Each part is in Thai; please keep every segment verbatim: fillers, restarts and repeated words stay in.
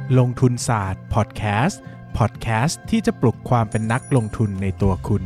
ลงทุนศาสตร์พอดแคสต์พอดแคสต์ที่จะปลุกความเป็นนักลงทุนในตัวคุณ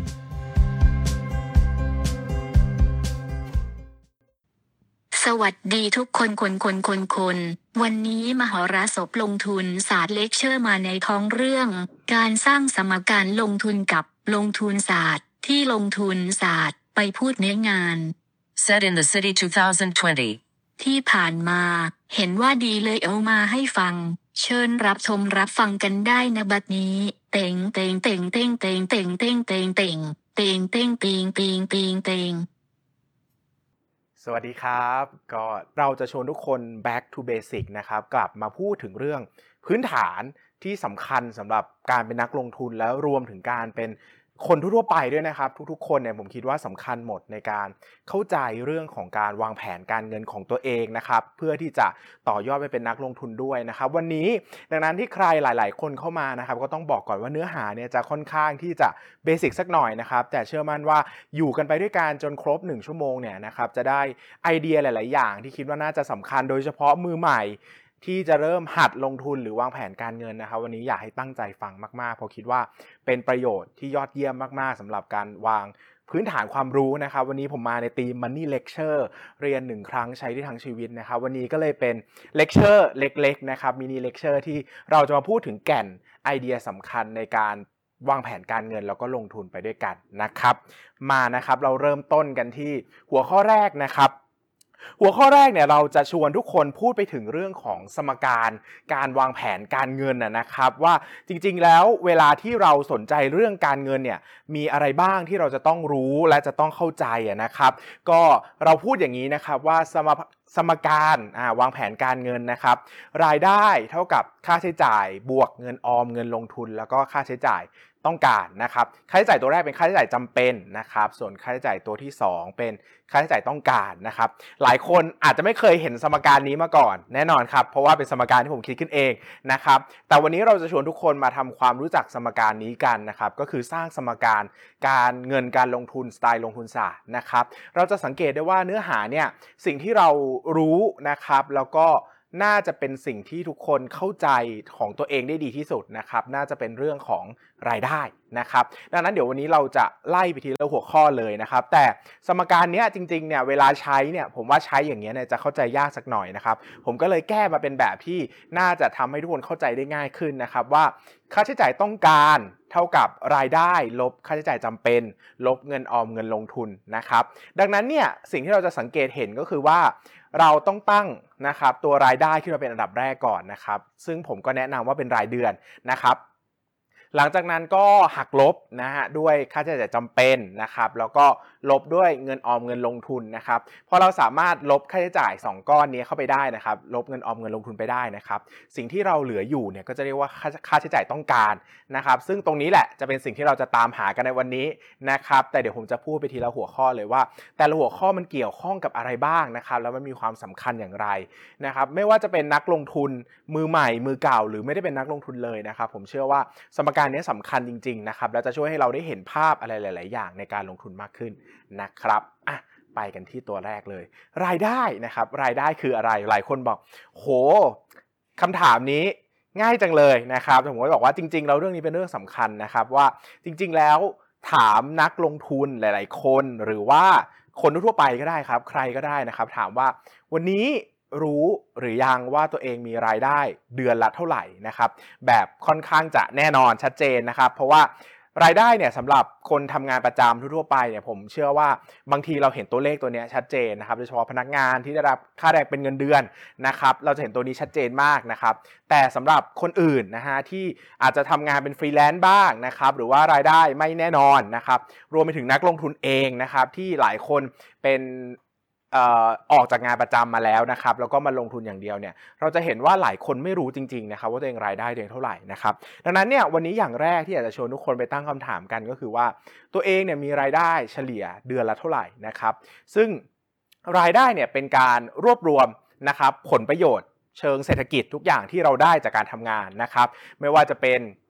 สวัสดีทุกคนคนคนคนคนวันนี้มหรสพลงทุนศาสตร์เลคเชอร์มาในท้องเรื่องการสร้างสมการลงทุนกับลงทุนศาสตร์ที่ลงทุนศาสตร์ไปพูดเนื้องาน Set in the City twenty twenty ที่ผ่านมาเห็นว่าดีเลยเอามาให้ฟังเชิญรับชมรับฟังกันได้นะบัดนี้เต็งเต็งเต็งเต็งเต็งเต็งเต็งเต็งเต็งเต็งเต็งเต็งเต็งเต็งเต็งสวัสดีครับก็เราจะชวนทุกคน back to basic นะครับกลับมาพูดถึงเรื่องพื้นฐานที่สำคัญสำหรับการเป็นนักลงทุนแล้วรวมถึงการเป็นคนทั่วไปด้วยนะครับทุกๆคนเนี่ยผมคิดว่าสำคัญหมดในการเข้าใจเรื่องของการวางแผนการเงินของตัวเองนะครับเพื่อที่จะต่อยอดไปเป็นนักลงทุนด้วยนะครับวันนี้ดังนั้นที่ใครหลายๆคนเข้ามานะครับก็ต้องบอกก่อนว่าเนื้อหาเนี่ยจะค่อนข้างที่จะเบสิกสักหน่อยนะครับแต่เชื่อมั่นว่าอยู่กันไปด้วยกันจนครบหนึ่งชั่วโมงเนี่ยนะครับจะได้ไอเดียหลายๆอย่างที่คิดว่าน่าจะสำคัญโดยเฉพาะมือใหม่ที่จะเริ่มหัดลงทุนหรือวางแผนการเงินนะครับวันนี้อยากให้ตั้งใจฟังมากๆเพราะคิดว่าเป็นประโยชน์ที่ยอดเยี่ยมมากๆสำหรับการวางพื้นฐานความรู้นะครับวันนี้ผมมาในธีม Money Lecture เรียนหนึ่งครั้งใช้ได้ทั้งชีวิตนะครับวันนี้ก็เลยเป็นเลคเชอร์เล็กๆนะครับมินิเลคเชอร์ที่เราจะมาพูดถึงแก่นไอเดียสำคัญในการวางแผนการเงินแล้วก็ลงทุนไปด้วยกันนะครับมานะครับเราเริ่มต้นกันที่หัวข้อแรกนะครับหัวข้อแรกเนี่ยเราจะชวนทุกคนพูดไปถึงเรื่องของสมการการวางแผนการเงินนะครับว่าจริงๆแล้วเวลาที่เราสนใจเรื่องการเงินเนี่ยมีอะไรบ้างที่เราจะต้องรู้และจะต้องเข้าใจนะครับก็เราพูดอย่างนี้นะครับว่าสมสมการอ่าวางแผนการเงินนะครับรายได้เท่ากับค่าใช้จ่ายบวกเงินออมเงินลงทุนแล้วก็ค่าใช้จ่ายต้องการนะครับค่าใช้จ่ายตัวแรกเป็นค่าใช้จ่ายจำเป็นนะครับส่วนค่าใช้จ่ายตัวที่สองเป็นค่าใช้จ่ายต้องการนะครับหลายคนอาจจะไม่เคยเห็นสมการนี้มาก่อนแน่นอนครับเพราะว่าเป็นสมการที่ผมคิดขึ้นเองนะครับแต่วันนี้เราจะชวนทุกคนมาทำความรู้จักสมการนี้กันนะครับก็คือสร้างสมการการเงินการลงทุนสไตล์ลงทุนศาสตร์นะครับเราจะสังเกตได้ว่าเนื้อหาเนี่ยสิ่งที่เรารู้นะครับแล้วก็น่าจะเป็นสิ่งที่ทุกคนเข้าใจของตัวเองได้ดีที่สุดนะครับน่าจะเป็นเรื่องของรายได้นะครับดังนั้นเดี๋ยววันนี้เราจะไล่ไปทีละหัวข้อเลยนะครับแต่สมการนี้จริงๆเนี่ยเวลาใช้เนี่ยผมว่าใช้อย่างเงี้ยเนี่ยจะเข้าใจยากสักหน่อยนะครับผมก็เลยแก้มาเป็นแบบที่น่าจะทำให้ทุกคนเข้าใจได้ง่ายขึ้นนะครับว่าค่าใช้จ่ายต้องการเท่ากับรายได้ลบค่าใช้จ่ายจำเป็นลบเงินออมเงินลงทุนนะครับดังนั้นเนี่ยสิ่งที่เราจะสังเกตเห็นก็คือว่าเราต้องตั้งนะครับตัวรายได้ขึ้นมาเป็นอันดับแรกก่อนนะครับซึ่งผมก็แนะนำว่าเป็นรายเดือนนะครับหลังจากนั้นก็หักลบนะฮะด้วยค่าใช้จ่ายจำเป็นนะครับแล้วก็ลบด้วยเงินออมเงินลงทุนนะครับพอเราสามารถลบค่าใช้จ่ายสองก้อนนี้เข้าไปได้นะครับลบเงินออมเงินลงทุนไปได้นะครับสิ่งที่เราเหลืออยู่เนี่ยก็จะเรียกว่าค่าใช้จ่ายต้องการนะครับซึ่งตรงนี้แหละจะเป็นสิ่งที่เราจะตามหากันในวันนี้นะครับแต่เดี๋ยวผมจะพูดไปทีละหัวข้อเลยว่าแต่ละหัวข้อมันเกี่ยวข้องกับอะไรบ้างนะครับแล้วมันมีความสำคัญอย่างไรนะครับไม่ว่าจะเป็นนักลงทุนมือใหม่มือเก่าหรือไม่ได้เป็นนักลงทุนเลยนะครับผมเชื่อว่าสมการนี้สำคัญจริงๆนะครับแล้วจะช่วยให้เราได้เห็นภาพอะไรหลายๆอย่างในการลงทุนมากขึ้นนะครับอ่ะไปกันที่ตัวแรกเลยรายได้นะครับรายได้คืออะไรหลายคนบอกโหคำถามนี้ง่ายจังเลยนะครับผมก็บอกว่าจริงๆแล้วเรื่องนี้เป็นเรื่องสำคัญนะครับว่าจริงๆแล้วถามนักลงทุนหลายๆคนหรือว่าคนทั่วไปก็ได้ครับใครก็ได้นะครับถามว่าวันนี้รู้หรือยังว่าตัวเองมีรายได้เดือนละเท่าไหร่นะครับแบบค่อนข้างจะแน่นอนชัดเจนนะครับเพราะว่ารายได้เนี่ยสำหรับคนทำงานประจำทั่วไปเนี่ยผมเชื่อว่าบางทีเราเห็นตัวเลขตัวนี้ชัดเจนนะครับโดยเฉพาะพนักงานที่ได้รับค่าแรงเป็นเงินเดือนนะครับเราจะเห็นตัวนี้ชัดเจนมากนะครับแต่สำหรับคนอื่นนะฮะที่อาจจะทำงานเป็นฟรีแลนซ์บ้างนะครับหรือว่ารายได้ไม่แน่นอนนะครับรวมไปถึงนักลงทุนเองนะครับที่หลายคนเป็นเอ่อออกจากงานประจำมาแล้วนะครับแล้วก็มาลงทุนอย่างเดียวเนี่ยเราจะเห็นว่าหลายคนไม่รู้จริงๆนะครับว่าตัวเองรายได้ตัวเองเท่าไหร่นะครับดังนั้นเนี่ยวันนี้อย่างแรกที่อยากจะชวนทุกคนไปตั้งคำถามกันก็คือว่าตัวเองเนี่ยมีรายได้เฉลี่ยเดือนละเท่าไหร่นะครับซึ่งรายได้เนี่ยเป็นการรวบรวมนะครับผลประโยชน์เชิงเศรษฐกิจทุกอย่างที่เราได้จากการทำงานนะครับไม่ว่าจะเป็น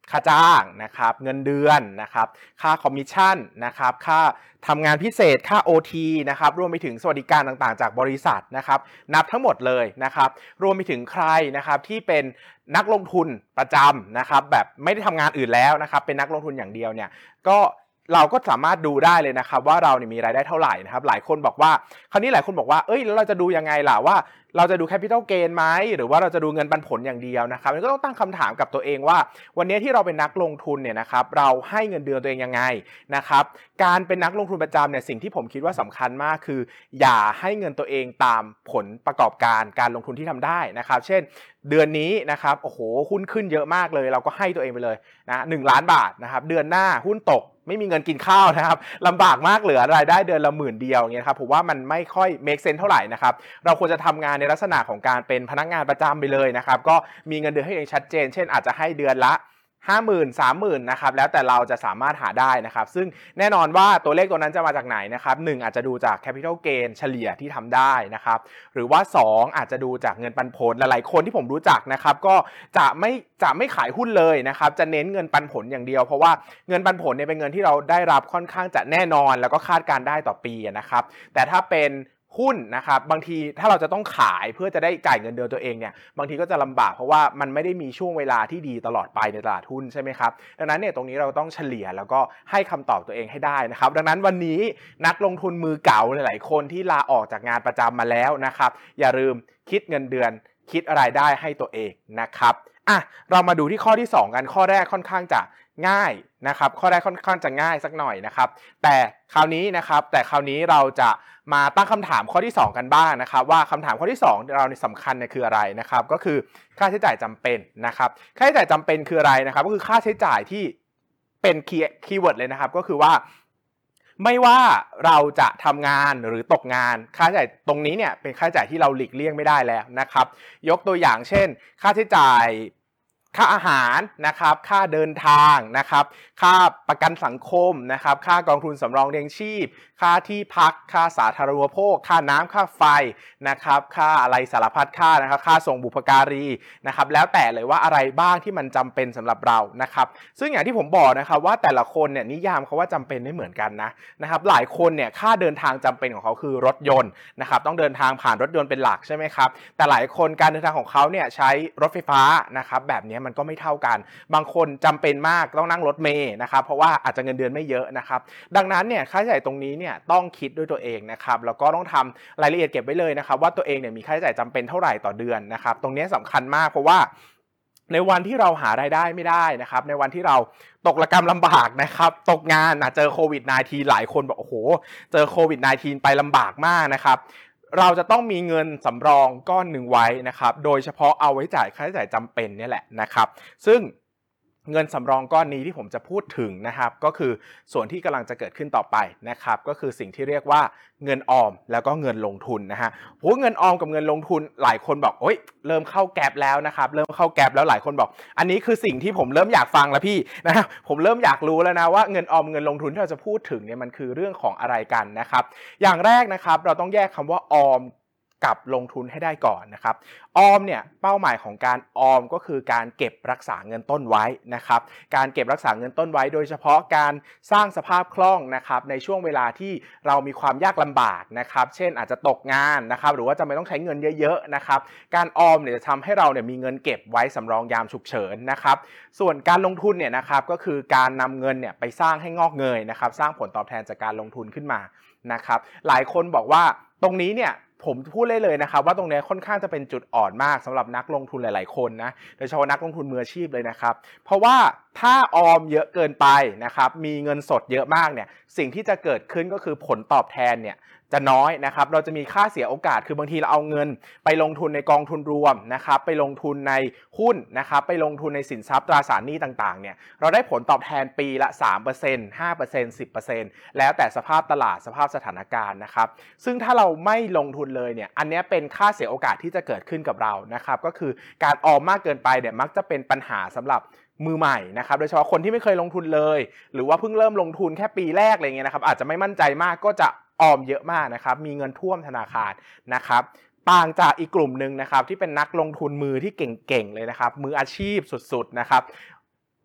ค่าจ้างนะครับเงินเดือนนะครับค่าคอมมิชชั่นนะครับค่าทำงานพิเศษค่า โอ ที นะครับรวมไปถึงสวัสดิการต่างๆจากบริษัทนะครับนับทั้งหมดเลยนะครับรวมไปถึงใครนะครับที่เป็นนักลงทุนประจำนะครับแบบไม่ได้ทำงานอื่นแล้วนะครับเป็นนักลงทุนอย่างเดียวเนี่ยก็เราก็สามารถดูได้เลยนะครับว่าเราเนี่ยมีรายได้เท่าไหร่นะครับหลายคนบอกว่าคราวนี้หลายคนบอกว่าเอ้ยแล้วเราจะดูยังไงล่ะว่าเราจะดู capital gain ไหมหรือว่าเราจะดูเงินปันผลอย่างเดียวนะครับก็ต้องตั้งคำถามกับตัวเองว่าวันนี้ที่เราเป็นนักลงทุนเนี่ยนะครับเราให้เงินเดือนตัวเองยังไงนะครับการเป็นนักลงทุนประจำเนี่ยสิ่งที่ผมคิดว่าสำคัญมากคืออย่าให้เงินตัวเองตามผลประกอบการการลงทุนที่ทำได้นะครับเช่นเดือนนี้นะครับโอ้โหหุ้นขึ้นเยอะมากเลยเราก็ให้ตัวเองไปเลยนะหนึ่งล้านบาทนะครับเดือนหน้าหุ้นตกไม่มีเงินกินข้าวนะครับลำบากมากเหลือรายได้เดือนละหมื่นเดียวอย่างเงี้ยครับผมว่ามันไม่ค่อย make sense เท่าไหร่นะครับเราควรจะทำงานในลักษณะของการเป็นพนักงานประจำไปเลยนะครับก็มีเงินเดือนให้เองชัดเจนเช่นอาจจะให้เดือนละห้าหมื่น สามหมื่นนะครับแล้วแต่เราจะสามารถหาได้นะครับซึ่งแน่นอนว่าตัวเลขตัวนั้นจะมาจากไหนนะครับหนึ่งอาจจะดูจาก capital gain เฉลี่ยที่ทำได้นะครับหรือว่าสองอาจจะดูจากเงินปันผลหลายๆคนที่ผมรู้จักนะครับก็จะไม่จะไม่ขายหุ้นเลยนะครับจะเน้นเงินปันผลอย่างเดียวเพราะว่าเงินปันผลเนี่ยเป็นเงินที่เราได้รับค่อนข้างจะแน่นอนแล้วก็คาดการได้ต่อปีนะครับแต่ถ้าเป็นหุ้นนะครับบางทีถ้าเราจะต้องขายเพื่อจะได้จ่ายเงินเดือนตัวเองเนี่ยบางทีก็จะลำบากเพราะว่ามันไม่ได้มีช่วงเวลาที่ดีตลอดไปในตลาดหุ้นใช่ไหมครับดังนั้นเนี่ยตรงนี้เราต้องเฉลี่ยแล้วก็ให้คำตอบตัวเองให้ได้นะครับดังนั้นวันนี้นักลงทุนมือเก่าหลายๆคนที่ลาออกจากงานประจำมาแล้วนะครับอย่าลืมคิดเงินเดือนคิดรายได้ให้ตัวเองนะครับอ่ะเรามาดูที่ข้อที่สองกันข้อแรกค่อนข้างจะง่ายนะครับข้อแรกค่อนข้างจะง่ายสักหน่อยนะครับแต่คราวนี้นะครับแต่คราวนี้เราจะมาตั้งคำถามข้อที่สองกันบ้างนะครับว่าคำถามข้อที่สองเราในสำคัญเนี่ยคืออะไรนะครับก็คือค่าใช้จ่ายจำเป็นนะครับค่าใช้จ่ายจำเป็นคืออะไรนะครับก็คือค่าใช้จ่ายที่เป็นคีย์เวิร์ดเลยนะครับก็คือว่าไม่ว่าเราจะทำงานหรือตกงานค่าใช้จ่ายตรงนี้เนี่ยเป็นค่าใช้จ่ายที่เราหลีกเลี่ยงไม่ได้แล้วนะครับยกตัวอย่างเช่นค่าใช้จ่ายค่าอาหารนะครับค่าเดินทางนะครับค่าประกันสังคมนะครับค่ากองทุนสำรองเลี้ยงชีพค่าที่พักค่าสาธารณูปโภคค่าน้ำค่าไฟนะครับค่าอะไรสารพัดค่านะครับค่าส่งบุพการีนะครับแล้วแต่เลยว่าอะไรบ้างที่มันจำเป็นสำหรับเรานะครับซึ่งอย่างที่ผมบอกนะครับว่าแต่ละคนเนี่ยนิยามเขาว่าจำเป็นไม่เหมือนกันนะนะครับหลายคนเนี่ยค่าเดินทางจำเป็นของเขาคือรถยนต์นะครับต้องเดินทางผ่านรถยนต์เป็นหลักใช่ไหมครับแต่หลายคนการเดินทางของเขาเนี่ยใช้รถไฟฟ้านะครับแบบนี้มันก็ไม่เท่ากันบางคนจำเป็นมากต้องนั่งรถเมล์นะครับเพราะว่าอาจจะเงินเดือนไม่เยอะนะครับดังนั้นเนี่ยค่าใช้จ่ายตรงนี้เนี่ยต้องคิดด้วยตัวเองนะครับแล้วก็ต้องทำรายละเอียดเก็บไว้เลยนะครับว่าตัวเองเนี่ยมีค่าใช้จ่ายจำเป็นเท่าไหร่ต่อเดือนนะครับตรงนี้สำคัญมากเพราะว่าในวันที่เราหารายได้ไม่ได้นะครับในวันที่เราตกระกำลำบากนะครับตกงานนะเจอโควิด สิบเก้า หลายคนบอกโอ้โหเจอโควิด สิบเก้า ไปลำบากมากนะครับเราจะต้องมีเงินสำรองก้อนหนึ่งไว้นะครับโดยเฉพาะเอาไว้จ่ายค่าใช้จ่ายจำเป็นนี่แหละนะครับซึ่งเงินสำรองก้อนนี้ที่ผมจะพูดถึงนะครับก็คือส่วนที่กำลังจะเกิดขึ้นต่อไปนะครับก็คือสิ่งที่เรียกว่าเงินออมแล้วก็เงินลงทุนนะฮะโหเงินออมกับเงินลงทุนหลายคนบอกโอ๊ยเริ่มเข้าแก๊ปแล้วนะครับเริ่มเข้าแก๊ปแล้วหลายคนบอกอันนี้คือสิ่งที่ผมเริ่มอยากฟังแล้วพี่นะผมเริ่มอยากรู้แล้วนะว่าเงินออมเงินลงทุนที่เราจะพูดถึงเนี่ยมันคือเรื่องของอะไรกันนะครับอย่างแรกนะครับเราต้องแยกคำว่าออมกับลงทุนให้ได้ก่อนนะครับออมเนี่ยเป้าหมายของการออมก็คือการเก็บรักษาเงินต้นไว้นะครับการเก็บรักษาเงินต้นไว้โดยเฉพาะการสร้างสภาพคล่องนะครับในช่วงเวลาที่เรามีความยากลำบากนะครับเช่นอาจจะตกงานนะครับหรือว่าจะไม่ต้องใช้เงินเยอะๆนะครับการออมเนี่ยจะทำให้เราเนี่ยมีเงินเก็บไว้สำรองยามฉุกเฉินนะครับส่วนการลงทุนเนี่ยนะครับก็คือการนำเงินเนี่ยไปสร้างให้งอกเงยนะครับสร้างผลตอบแทนจากการลงทุนขึ้นมานะครับหลายคนบอกว่าตรงนี้เนี่ยผมพูดเลยเลยนะครับว่าตรงนี้ค่อนข้างจะเป็นจุดอ่อนมากสำหรับนักลงทุนหลายๆคนนะโดยเฉพาะนักลงทุนมืออาชีพเลยนะครับเพราะว่าถ้าออมเยอะเกินไปนะครับมีเงินสดเยอะมากเนี่ยสิ่งที่จะเกิดขึ้นก็คือผลตอบแทนเนี่ยจะน้อยนะครับเราจะมีค่าเสียโอกาสคือบางทีเราเอาเงินไปลงทุนในกองทุนรวมนะครับไปลงทุนในหุ้นนะครับไปลงทุนในสินทรัพย์ตราสารหนี้ต่างๆเนี่ยเราได้ผลตอบแทนปีละ สามเปอร์เซ็นต์ ห้าเปอร์เซ็นต์ สิบเปอร์เซ็นต์ แล้วแต่สภาพตลาดสภาพสถานการณ์นะครับซึ่งถ้าเราไม่ลงทุนเลยเนี่ยอันนี้เป็นค่าเสียโอกาสที่จะเกิดขึ้นกับเรานะครับก็คือการออมมากเกินไปเนี่ยมักจะเป็นปัญหาสำหรับมือใหม่นะครับโดยเฉพาะคนที่ไม่เคยลงทุนเลยหรือว่าเพิ่งเริ่มลงทุนแค่ปีแรกอะไรเงี้ยนะครับอาจจะไม่มั่นใจมากก็จะออมเยอะมากนะครับมีเงินท่วมธนาคารนะครับต่างจากอีกกลุ่มหนึ่งนะครับที่เป็นนักลงทุนมือที่เก่งๆเลยนะครับมืออาชีพสุดๆนะครับ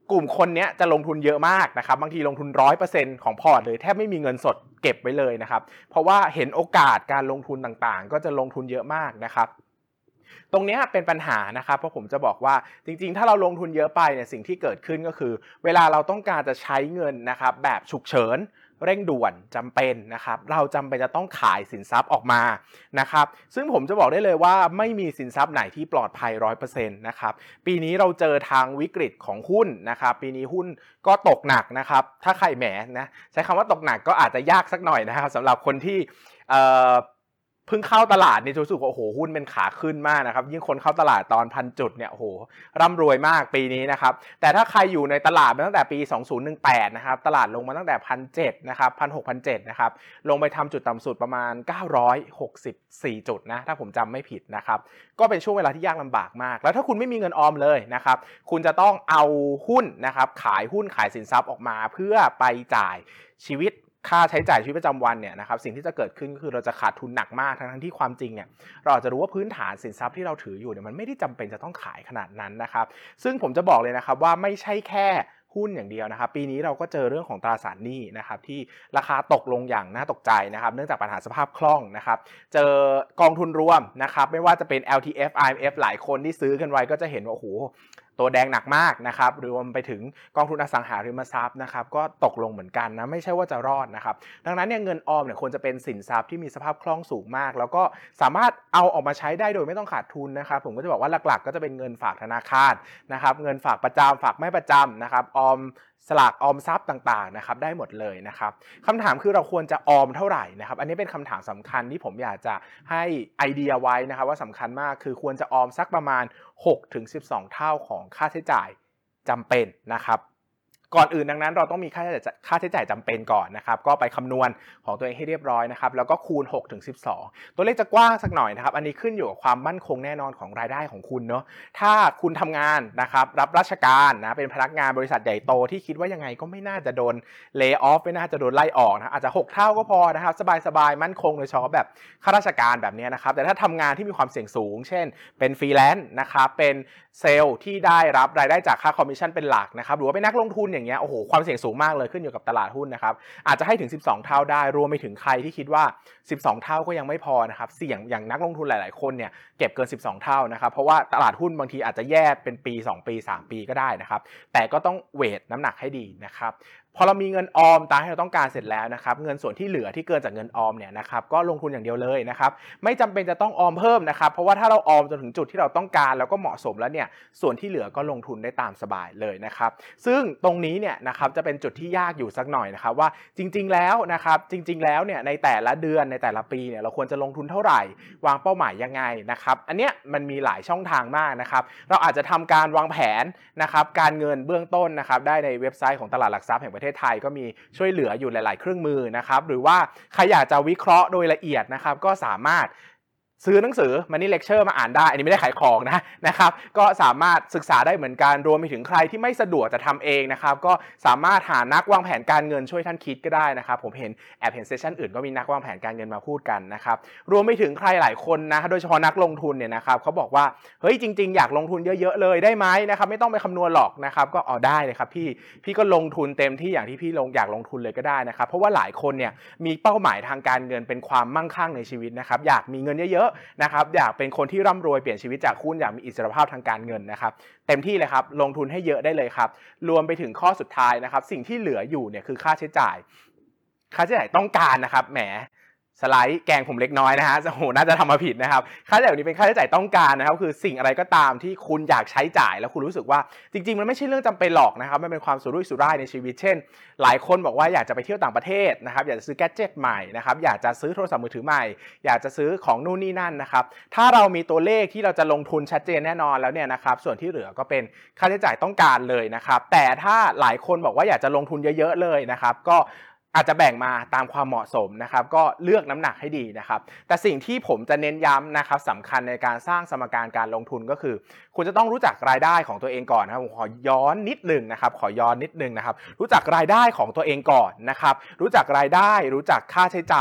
กลุ่มคนนี้จะลงทุนเยอะมากนะครับบางทีลงทุน หนึ่งร้อยเปอร์เซ็นต์ ของพอร์ตเลยแทบไม่มีเงินสดเก็บไว้เลยนะครับเพราะว่าเห็นโอกาสการลงทุนต่างๆก็จะลงทุนเยอะมากนะครับตรงนี้เป็นปัญหานะครับเพราะผมจะบอกว่าจริงๆถ้าเราลงทุนเยอะไปเนี่ยสิ่งที่เกิดขึ้นก็คือเวลาเราต้องการจะใช้เงินนะครับแบบฉุกเฉินเร่งด่วนจำเป็นนะครับเราจำเป็นจะต้องขายสินทรัพย์ออกมานะครับซึ่งผมจะบอกได้เลยว่าไม่มีสินทรัพย์ไหนที่ปลอดภัย ร้อยเปอร์เซ็นต์ นะครับปีนี้เราเจอทางวิกฤตของหุ้นนะครับปีนี้หุ้นก็ตกหนักนะครับถ้าใครแหมนะใช้คำว่าตกหนักก็อาจจะยากสักหน่อยนะครับสำหรับคนที่เอ่อเพิ่งเข้าตลาดนี่รู้สึกว่าโอ้โหหุ้นเป็นขาขึ้นมากนะครับยิ่งคนเข้าตลาดตอนพันจุดเนี่ยโอ้โหร่ำรวยมากปีนี้นะครับแต่ถ้าใครอยู่ในตลาดมาตั้งแต่ปีสองพันสิบแปดนะครับตลาดลงมาตั้งแต่ หนึ่งพันเจ็ดร้อย นะครับ หนึ่งพันหกพันเจ็ดร้อย นะครับลงไปทำจุดต่ำสุดประมาณเก้าร้อยหกสิบสี่จุดนะถ้าผมจำไม่ผิดนะครับก็เป็นช่วงเวลาที่ยากลำบากมากแล้วถ้าคุณไม่มีเงินออมเลยนะครับคุณจะต้องเอาหุ้นนะครับขายหุ้นขายสินทรัพย์ออกมาเพื่อไปจ่ายชีวิตค่าใช้จ่ายชีวิตประจำวันเนี่ยนะครับสิ่งที่จะเกิดขึ้นก็คือเราจะขาดทุนหนักมากทั้งที่ความจริงเนี่ยเราอาจจะรู้ว่าพื้นฐานสินทรัพย์ที่เราถืออยู่เนี่ยมันไม่ได้จำเป็นจะต้องขายขนาดนั้นนะครับซึ่งผมจะบอกเลยนะครับว่าไม่ใช่แค่หุ้นอย่างเดียวนะครับปีนี้เราก็เจอเรื่องของตราสารหนี้นะครับที่ราคาตกลงอย่างน่าตกใจนะครับเนื่องจากปัญหาสภาพคล่องนะครับเจอกองทุนรวมนะครับไม่ว่าจะเป็น แอล ที เอฟ ไอ เอ็ม เอฟ หลายคนที่ซื้อกันไว้ก็จะเห็นว่าโอ้โหตัวแดงหนักมากนะครับรวมไปถึงกองทุนอสังหาริมทรัพย์นะครับก็ตกลงเหมือนกันนะไม่ใช่ว่าจะรอดนะครับดังนั้นเนี่ยเงินออมเนี่ยควรจะเป็นสินทรัพย์ที่มีสภาพคล่องสูงมากแล้วก็สามารถเอาออกมาใช้ได้โดยไม่ต้องขาดทุนนะครับผมก็จะบอกว่าหลักๆก็จะเป็นเงินฝากธนาคารนะครับเงินฝากประจำฝากไม่ประจำนะครับออมสลากออมทรัพย์ต่างๆนะครับได้หมดเลยนะครับคำถามคือเราควรจะออมเท่าไหร่นะครับอันนี้เป็นคำถามสำคัญที่ผมอยากจะให้ไอเดียไว้นะครับว่าสำคัญมากคือควรจะออมสักประมาณ หกถึงสิบสอง เท่าของค่าใช้จ่ายจำเป็นนะครับก่อนอื่นดังนั้นเราต้องมีค่าใช้จ่ายค่าใช้จ่ายจำเป็นก่อนนะครับก็ไปคำนวณของตัวเองให้เรียบร้อยนะครับแล้วก็คูณ หกถึงสิบสอง ตัวเลขจะกว้างสักหน่อยนะครับอันนี้ขึ้นอยู่กับความมั่นคงแน่นอนของรายได้ของคุณเนาะถ้าคุณทำงานนะครับรับราชการนะเป็นพนักงานบริษัทใหญ่โตที่คิดว่ายังไงก็ไม่น่าจะโดนเลย์ออฟไม่น่าจะโดนไล่ออกนะอาจจะหกเท่าก็พอนะครับสบายๆมั่นคงโดยเฉพาะแบบข้าราชการแบบนี้นะครับแต่ถ้าทำงานที่มีความเสี่ยงสูงเช่นเป็นฟรีแลนซ์นะครับเป็นเซลล์ที่ได้รับรายได้จากค่าคอมมิชชั่นเป็นหลักนะครับหรือว่าเป็นนักลงทุนอย่างเงี้ยโอ้โหความเสี่ยงสูงมากเลยขึ้นอยู่กับตลาดหุ้นนะครับอาจจะให้ถึงสิบสองเท่าได้รวมไปถึงใครที่คิดว่าสิบสองเท่าก็ยังไม่พอนะครับเสี่ยงอย่างนักลงทุนหลายๆคนเนี่ยเก็บเกินสิบสองเท่านะครับเพราะว่าตลาดหุ้นบางทีอาจจะแย่เป็นปีสองปีสามปีก็ได้นะครับแต่ก็ต้องเวทน้ำหนักให้ดีนะครับพอเรามีเงินออมตามที่เราต้องการเสร็จแล้วนะครับเงินส่วนที่เหลือที่เกินจากเงินออมเนี่ยนะครับก็ลงทุนอย่างเดียวเลยนะครับไม่จำเป็นจะต้องออมเพิ่มนะครับเพราะว่าถ้าเราออมจนถึงจุดที่เราต้องการแล้วก็เหมาะสมแล้วเนี่ยส่วนที่เหลือก็ลงทุนได้ตามสบายเลยนะครับซึ่งตรงนี้เนี่ยนะครับจะเป็นจุดที่ยากอยู่สักหน่อยนะครับว่าจริงๆแล้วนะครับจริงๆแล้วเนี่ยในแต่ละเดือนในแต่ละปีเนี่ยเราควรจะลงทุนเท่าไหร่วางเป้าหมายยังไงนะครับอันเนี้ยมันมีหลายช่องทางมากนะครับเราอาจจะทำการวางแผนนะครับการเงินเบื้องต้นนะครับได้ในเว็บไซต์ของตลาดหลักทรัพย์แห่งประเทศไทยก็มีช่วยเหลืออยู่หลายๆเครื่องมือนะครับหรือว่าใครอยากจะวิเคราะห์โดยละเอียดนะครับก็สามารถซื้อหนังสือ Money Lecture มาอ่านได้อันนี้ไม่ได้ขายของนะนะครับก็สามารถศึกษาได้เหมือนกันรวมไปถึงใครที่ไม่สะดวกจะทำเองนะครับก็สามารถหานักวางแผนการเงินช่วยท่านคิดก็ได้นะครับผมเห็นแอบเห็นเซสชั่นอื่นก็มีนักวางแผนการเงินมาพูดกันนะครับรวมไปถึงใครหลายคนนะโดยเฉพาะนักลงทุนเนี่ยนะครับเขาบอกว่าเฮ้ยจริงๆอยากลงทุนเยอะๆเลยได้ไหมนะครับไม่ต้องไปคำนวณหรอกนะครับก็เอาได้เลยครับพี่พี่ก็ลงทุนเต็มที่อย่างที่พี่ลงอยากลงทุนเลยก็ได้นะครับเพราะว่าหลายคนเนี่ยมีเป้าหมายทางการเงินเป็นความมั่งคั่งในชีวิตนะครับอยากมีเงินเยอะๆนะครับอยากเป็นคนที่ร่ำรวยเปลี่ยนชีวิตจากหุ้นอยากมีอิสรภาพทางการเงินนะครับเต็มที่เลยครับลงทุนให้เยอะได้เลยครับรวมไปถึงข้อสุดท้ายนะครับสิ่งที่เหลืออยู่เนี่ยคือค่าใช้จ่ายค่าใช้จ่ายต้องการนะครับแหมสไลด์แกงผมเล็กน้อยนะฮะโอ้โหน่าจะทำมาผิดนะครับค่าใช้จ่ายนี้เป็นค่าใช้จ่ายต้องการนะครับคือสิ่งอะไรก็ตามที่คุณอยากใช้จ่ายแล้วคุณรู้สึกว่าจริงๆมันไม่ใช่เรื่องจำเป็นหรอกนะครับมันเป็นความสุรุ่ยสุร่ายในชีวิตเช่นหลายคนบอกว่าอยากจะไปเที่ยวต่างประเทศนะครับอยากจะซื้อแกดเจ็ตใหม่นะครับอยากจะซื้อโทรศัพท์มือถือใหม่อยากจะซื้อของนู่นนี่นั่นนะครับถ้าเรามีตัวเลขที่เราจะลงทุนชัดเจนแน่นอนแล้วเนี่ยนะครับส่วนที่เหลือก็เป็นค่าใช้จ่ายต้องการเลยนะครับแต่ถ้าหลายคนบอกว่าอยากจะลงทุนเยอะๆเลยนะครับก็อาจจะแบ่งมาตามความเหมาะสมนะครับก็เลือกน้ำหนักให้ดีนะครับแต่สิ่งที่ผมจะเน้นย้ำนะครับสำคัญในการสร้างสมการการลงทุนก็คือคุณจะต้องรู้จักรายได้ของตัวเองก่อนนะครับผมขอย้อนนิดนึงนะครับขอย้อนนิดนึงนะครับรู้จักรายได้ของตัวเองก่อนนะครับรู้จักรายได้รู้จักค่าใช้จ่าย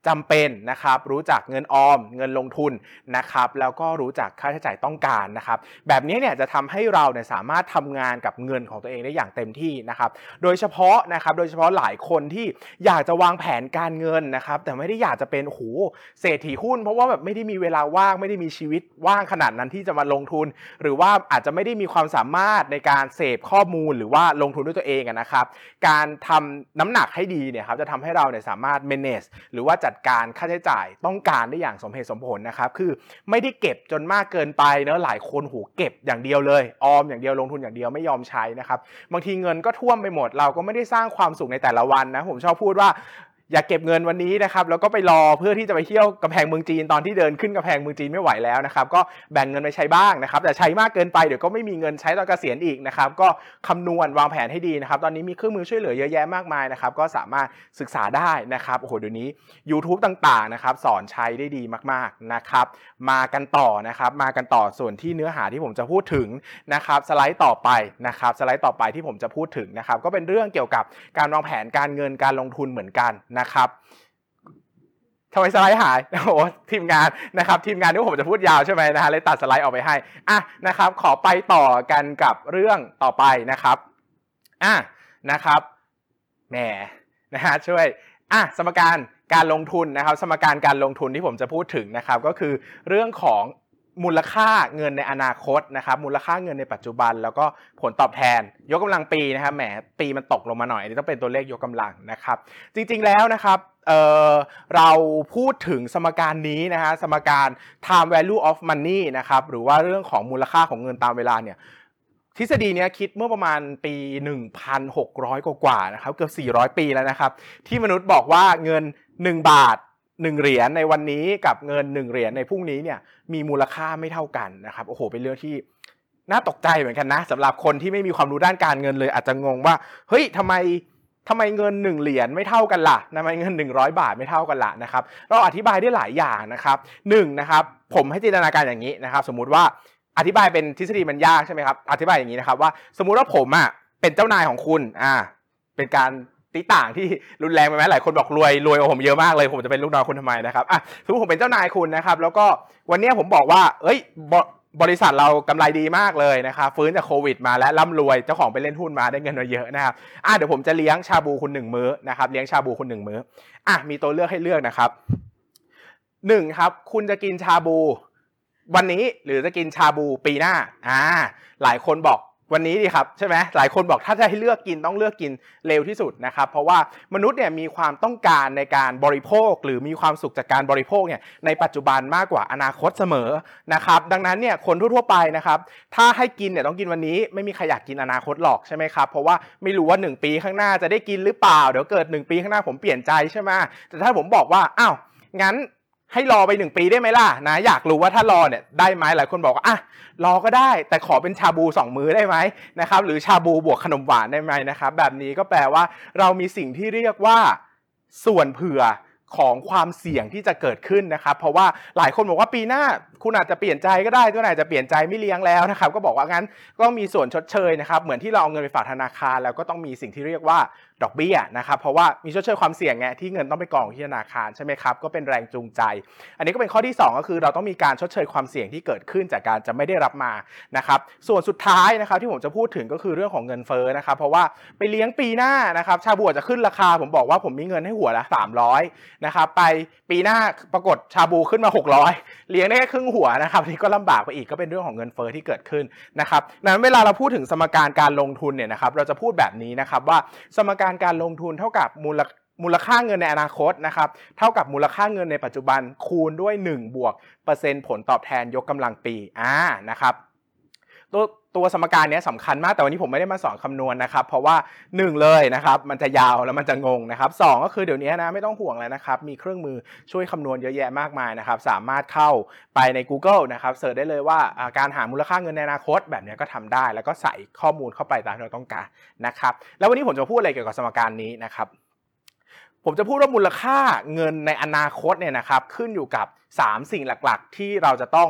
จำเป็นนะครับรู้จักเงินออมเงินลงทุนนะครับแล้วก็รู้จักค่าใช้จ่ายต้องการนะครับแบบนี้เนี่ยจะทำให้เราเนี่ยสามารถทำงานกับเงินของตัวเองได้อย่างเต็มที่นะครับโดยเฉพาะนะครับโดยเฉพาะหลายคนที่อยากจะวางแผนการเงินนะครับแต่ไม่ได้อยากจะเป็นโอ้โหเศรษฐีหุ้นเพราะว่าแบบไม่ได้มีเวลาว่างไม่ได้มีชีวิตว่างขนาดนั้นที่จะมาลงทุนหรือว่าอาจจะไม่ได้มีความสามารถในการเสพข้อมูลหรือว่าลงทุนด้วยตัวเองนะครับการทำน้ำหนักให้ดีเนี่ยครับจะทำให้เราเนี่ยสามารถ manage หรือว่าจัดการค่าใช้จ่ายต้องการได้อย่างสมเหตุสมผลนะครับคือไม่ได้เก็บจนมากเกินไปเนอะหลายคนหูเก็บอย่างเดียวเลยออมอย่างเดียวลงทุนอย่างเดียวไม่ยอมใช้นะครับบางทีเงินก็ท่วมไปหมดเราก็ไม่ได้สร้างความสุขในแต่ละวันนะผมชอบพูดว่าอย่าเก็บเงินวันนี้นะครับแล้วก็ไปรอเพื่อที่จะไปเที่ยวกำแพงเมืองจีนตอนที่เดินขึ้นกำแพงเมืองจีนไม่ไหวแล้วนะครับก็แบ่งเงินไปใช้บ้างนะครับแต่ใช้มากเกินไปเดี๋ยวก็ไม่มีเงินใช้ตอนเกษียณอีกนะครับก็คำนวณวางแผนให้ดีนะครับตอนนี้มีเครื่องมือช่วยเหลือเยอะแยะมากมายนะครับก็สามารถศึกษาได้นะครับโอ้โหเดี๋ยวนี้ YouTube ต่างๆนะครับสอนใช้ได้ดีมากๆนะครับมากันต่อนะครับมากันต่อส่วนที่เนื้อหาที่ผมจะพูดถึงนะครับสไลด์ต่อไปนะครับสไลด์ต่อไปที่ผมจะพูดถึงนะครับก็เป็นเรื่องเกี่ยวกับการวางแผนการเงินการลงทุนเหมือนกันนะครับทำไมสไลด์หายโอ้โหทีมงานนะครับทีมงานที่ผมจะพูดยาวใช่ไหมนะฮะเลยตัดสไลด์ออกไปให้อ่ะนะครับขอไปต่อกันกับเรื่องต่อไปนะครับอ่ะนะครับแหมนะฮะช่วยอ่ะสมการการลงทุนนะครับสมการการลงทุนที่ผมจะพูดถึงนะครับก็คือเรื่องของมูลค่าเงินในอนาคตนะครับมูลค่าเงินในปัจจุบันแล้วก็ผลตอบแทนยกกำลังปีนะครับแหมปีมันตกลงมาหน่อยอันนี้ต้องเป็นตัวเลขยกกำลังนะครับจริงๆแล้วนะครับเอ่อเราพูดถึงสมการนี้นะฮะสมการ time value of money นะครับหรือว่าเรื่องของมูลค่าของเงินตามเวลาเนี่ยทฤษฎีนี้คิดเมื่อประมาณปี หนึ่งพันหกร้อย กว่าๆนะครับเกือบสี่ร้อยปีแล้วนะครับที่มนุษย์บอกว่าเงินหนึ่งบาทหนึ่งเหรียญในวันนี้กับเงินหนึ่งเหรียญในพรุ่งนี้เนี่ยมีมูลค่าไม่เท่ากันนะครับโอ้โหเป็นเรื่องที่น่าตกใจเหมือนกันนะสำหรับคนที่ไม่มีความรู้ด้านการเงินเลยอาจจะงงว่าเฮ้ยทำไมทำไมเงินหนึ่งเหรียญไม่เท่ากันล่ะทำไมเงินหนึ่งร้อยบาทไม่เท่ากันล่ะนะครับเราอธิบายได้หลายอย่างนะครับหนึ่งนะครับผมให้จินตนาการอย่างนี้นะครับสมมุติว่าอธิบายเป็นทฤษฎีมันยากใช่ไหมครับอธิบายอย่างนี้นะครับว่าสมมุติว่าผมอ่ะเป็นเจ้านายของคุณอ่าเป็นการตีต่างที่รุนแรงไปไหมหลายคนบอกรวยรวยกว่าผมเยอะมากเลยผมจะเป็นลูกน้องคุณทำไมนะครับอ่ะสมมติผมเป็นเจ้านายคุณนะครับแล้วก็วันนี้ผมบอกว่าเอ้ยบริษัทเรากำไรดีมากเลยนะครับฟื้นจากโควิดมาและร่ำรวยเจ้าของไปเล่นหุ้นมาได้เงินมาเยอะนะครับอ่ะเดี๋ยวผมจะเลี้ยงชาบูคุณหนึ่งมื้อนะครับเลี้ยงชาบูคุณหนึ่งมื้ออ่ะมีตัวเลือกให้เลือกนะครับหนึ่งครับคุณจะกินชาบูวันนี้หรือจะกินชาบูปีหน้าอ่าหลายคนบอกวันนี้ดีครับใช่ไหมหลายคนบอกถ้าจะให้เลือกกินต้องเลือกกินเร็วที่สุดนะครับเพราะว่ามนุษย์เนี่ยมีความต้องการในการบริโภคหรือมีความสุขจากการบริโภคเนี่ยในปัจจุบันมากกว่าอนาคตเสมอนะครับดังนั้นเนี่ยคนทั่วๆไปนะครับถ้าให้กินเนี่ยต้องกินวันนี้ไม่มีใครอยากกินอนาคตหรอกใช่ไหมครับเพราะว่าไม่รู้ว่าหนึ่งปีข้างหน้าจะได้กินหรือเปล่าเดี๋ยวเกิดหนึ่งปีข้างหน้าผมเปลี่ยนใจใช่ไหมแต่ถ้าผมบอกว่าอ้าวงั้นให้รอไปหนึ่งปีได้ไหมล่ะนะอยากรู้ว่าถ้ารอเนี่ยได้ไหมหลายคนบอกว่าอ่ะรอก็ได้แต่ขอเป็นชาบูสองมื้อได้ไหมนะครับหรือชาบูบวกขนมหวานได้ไหมนะครับแบบนี้ก็แปลว่าเรามีสิ่งที่เรียกว่าส่วนเผื่อของความเสี่ยงที่จะเกิดขึ้นนะครับเพราะว่าหลายคนบอกว่าปีหน้าคุณอาจจะเปลี่ยนใจก็ได้ตัวไหนจะเปลี่ยนใจไม่เลี้ยงแล้วนะครับก็บอกว่างั้นก็มีส่วนชดเชยนะครับเหมือนที่เราเอาเงินไปฝากธนาคารแล้วก็ต้องมีสิ่งที่เรียกว่าดอกเบี้ยนะครับเพราะว่ามีชดเชยความเสี่ยงไงที่เงินต้องไปกองที่ธนาคารใช่ไหมครับก็เป็นแรงจูงใจอันนี้ก็เป็นข้อที่สองก็คือเราต้องมีการชดเชยความเสี่ยงที่เกิดขึ้นจากการจะไม่ได้รับมานะครับส่วนสุดท้ายนะครับที่ผมจะพูดถึงก็คือเรื่องของเงินเฟ้อนะครับเพราะว่าไปเลี้ยงปีหน้านะครับชาบูจะขึ้นราคาผมบอกว่าผมมีเงินให้หัวละสามร้อยนะครับไปปีหน้าปรากฏชาบูขึ้นมาหกร้อยเลี้ยงได้แค่ครึ่งหัวนะครับนี่ก็ลำบากไปอีกก็เป็นเรื่องของเงินเฟ้อที่เกิดขึ้นนะครับดังนั้นเวลาเราพูดถึงสมการการลงทุนเนี่ยนะครับเราจะพูดแบบนี้นะครับว่าสมการการลงทุนเท่ากับมูลมูลค่าเงินในอนาคตนะครับเท่ากับมูลค่าเงินในปัจจุบันคูณด้วยหนึ่งบวกเปอร์เซ็นต์ผลตอบแทนยกกำลังปีอ่านะครับตัวตัวสมการนี้สำคัญมากแต่วันนี้ผมไม่ได้มาสอนคำนวณนะครับเพราะว่าหนึ่งเลยนะครับมันจะยาวแล้วมันจะงงนะครับสองก็คือเดี๋ยวนี้นะไม่ต้องห่วงเลยนะครับมีเครื่องมือช่วยคำนวณเยอะแยะมากมายนะครับสามารถเข้าไปใน Google นะครับเสิร์ชได้เลยว่าการหามูลค่าเงินในอนาคตแบบนี้ก็ทำได้แล้วก็ใส่ข้อมูลเข้าไปตามที่เราต้องการนะครับแล้ววันนี้ผมจะพูดอะไรเกี่ยวกับสมการนี้นะครับผมจะพูดว่ามูลค่าเงินในอนาคตเนี่ยนะครับขึ้นอยู่กับสามสิ่งหลักๆที่เราจะต้อง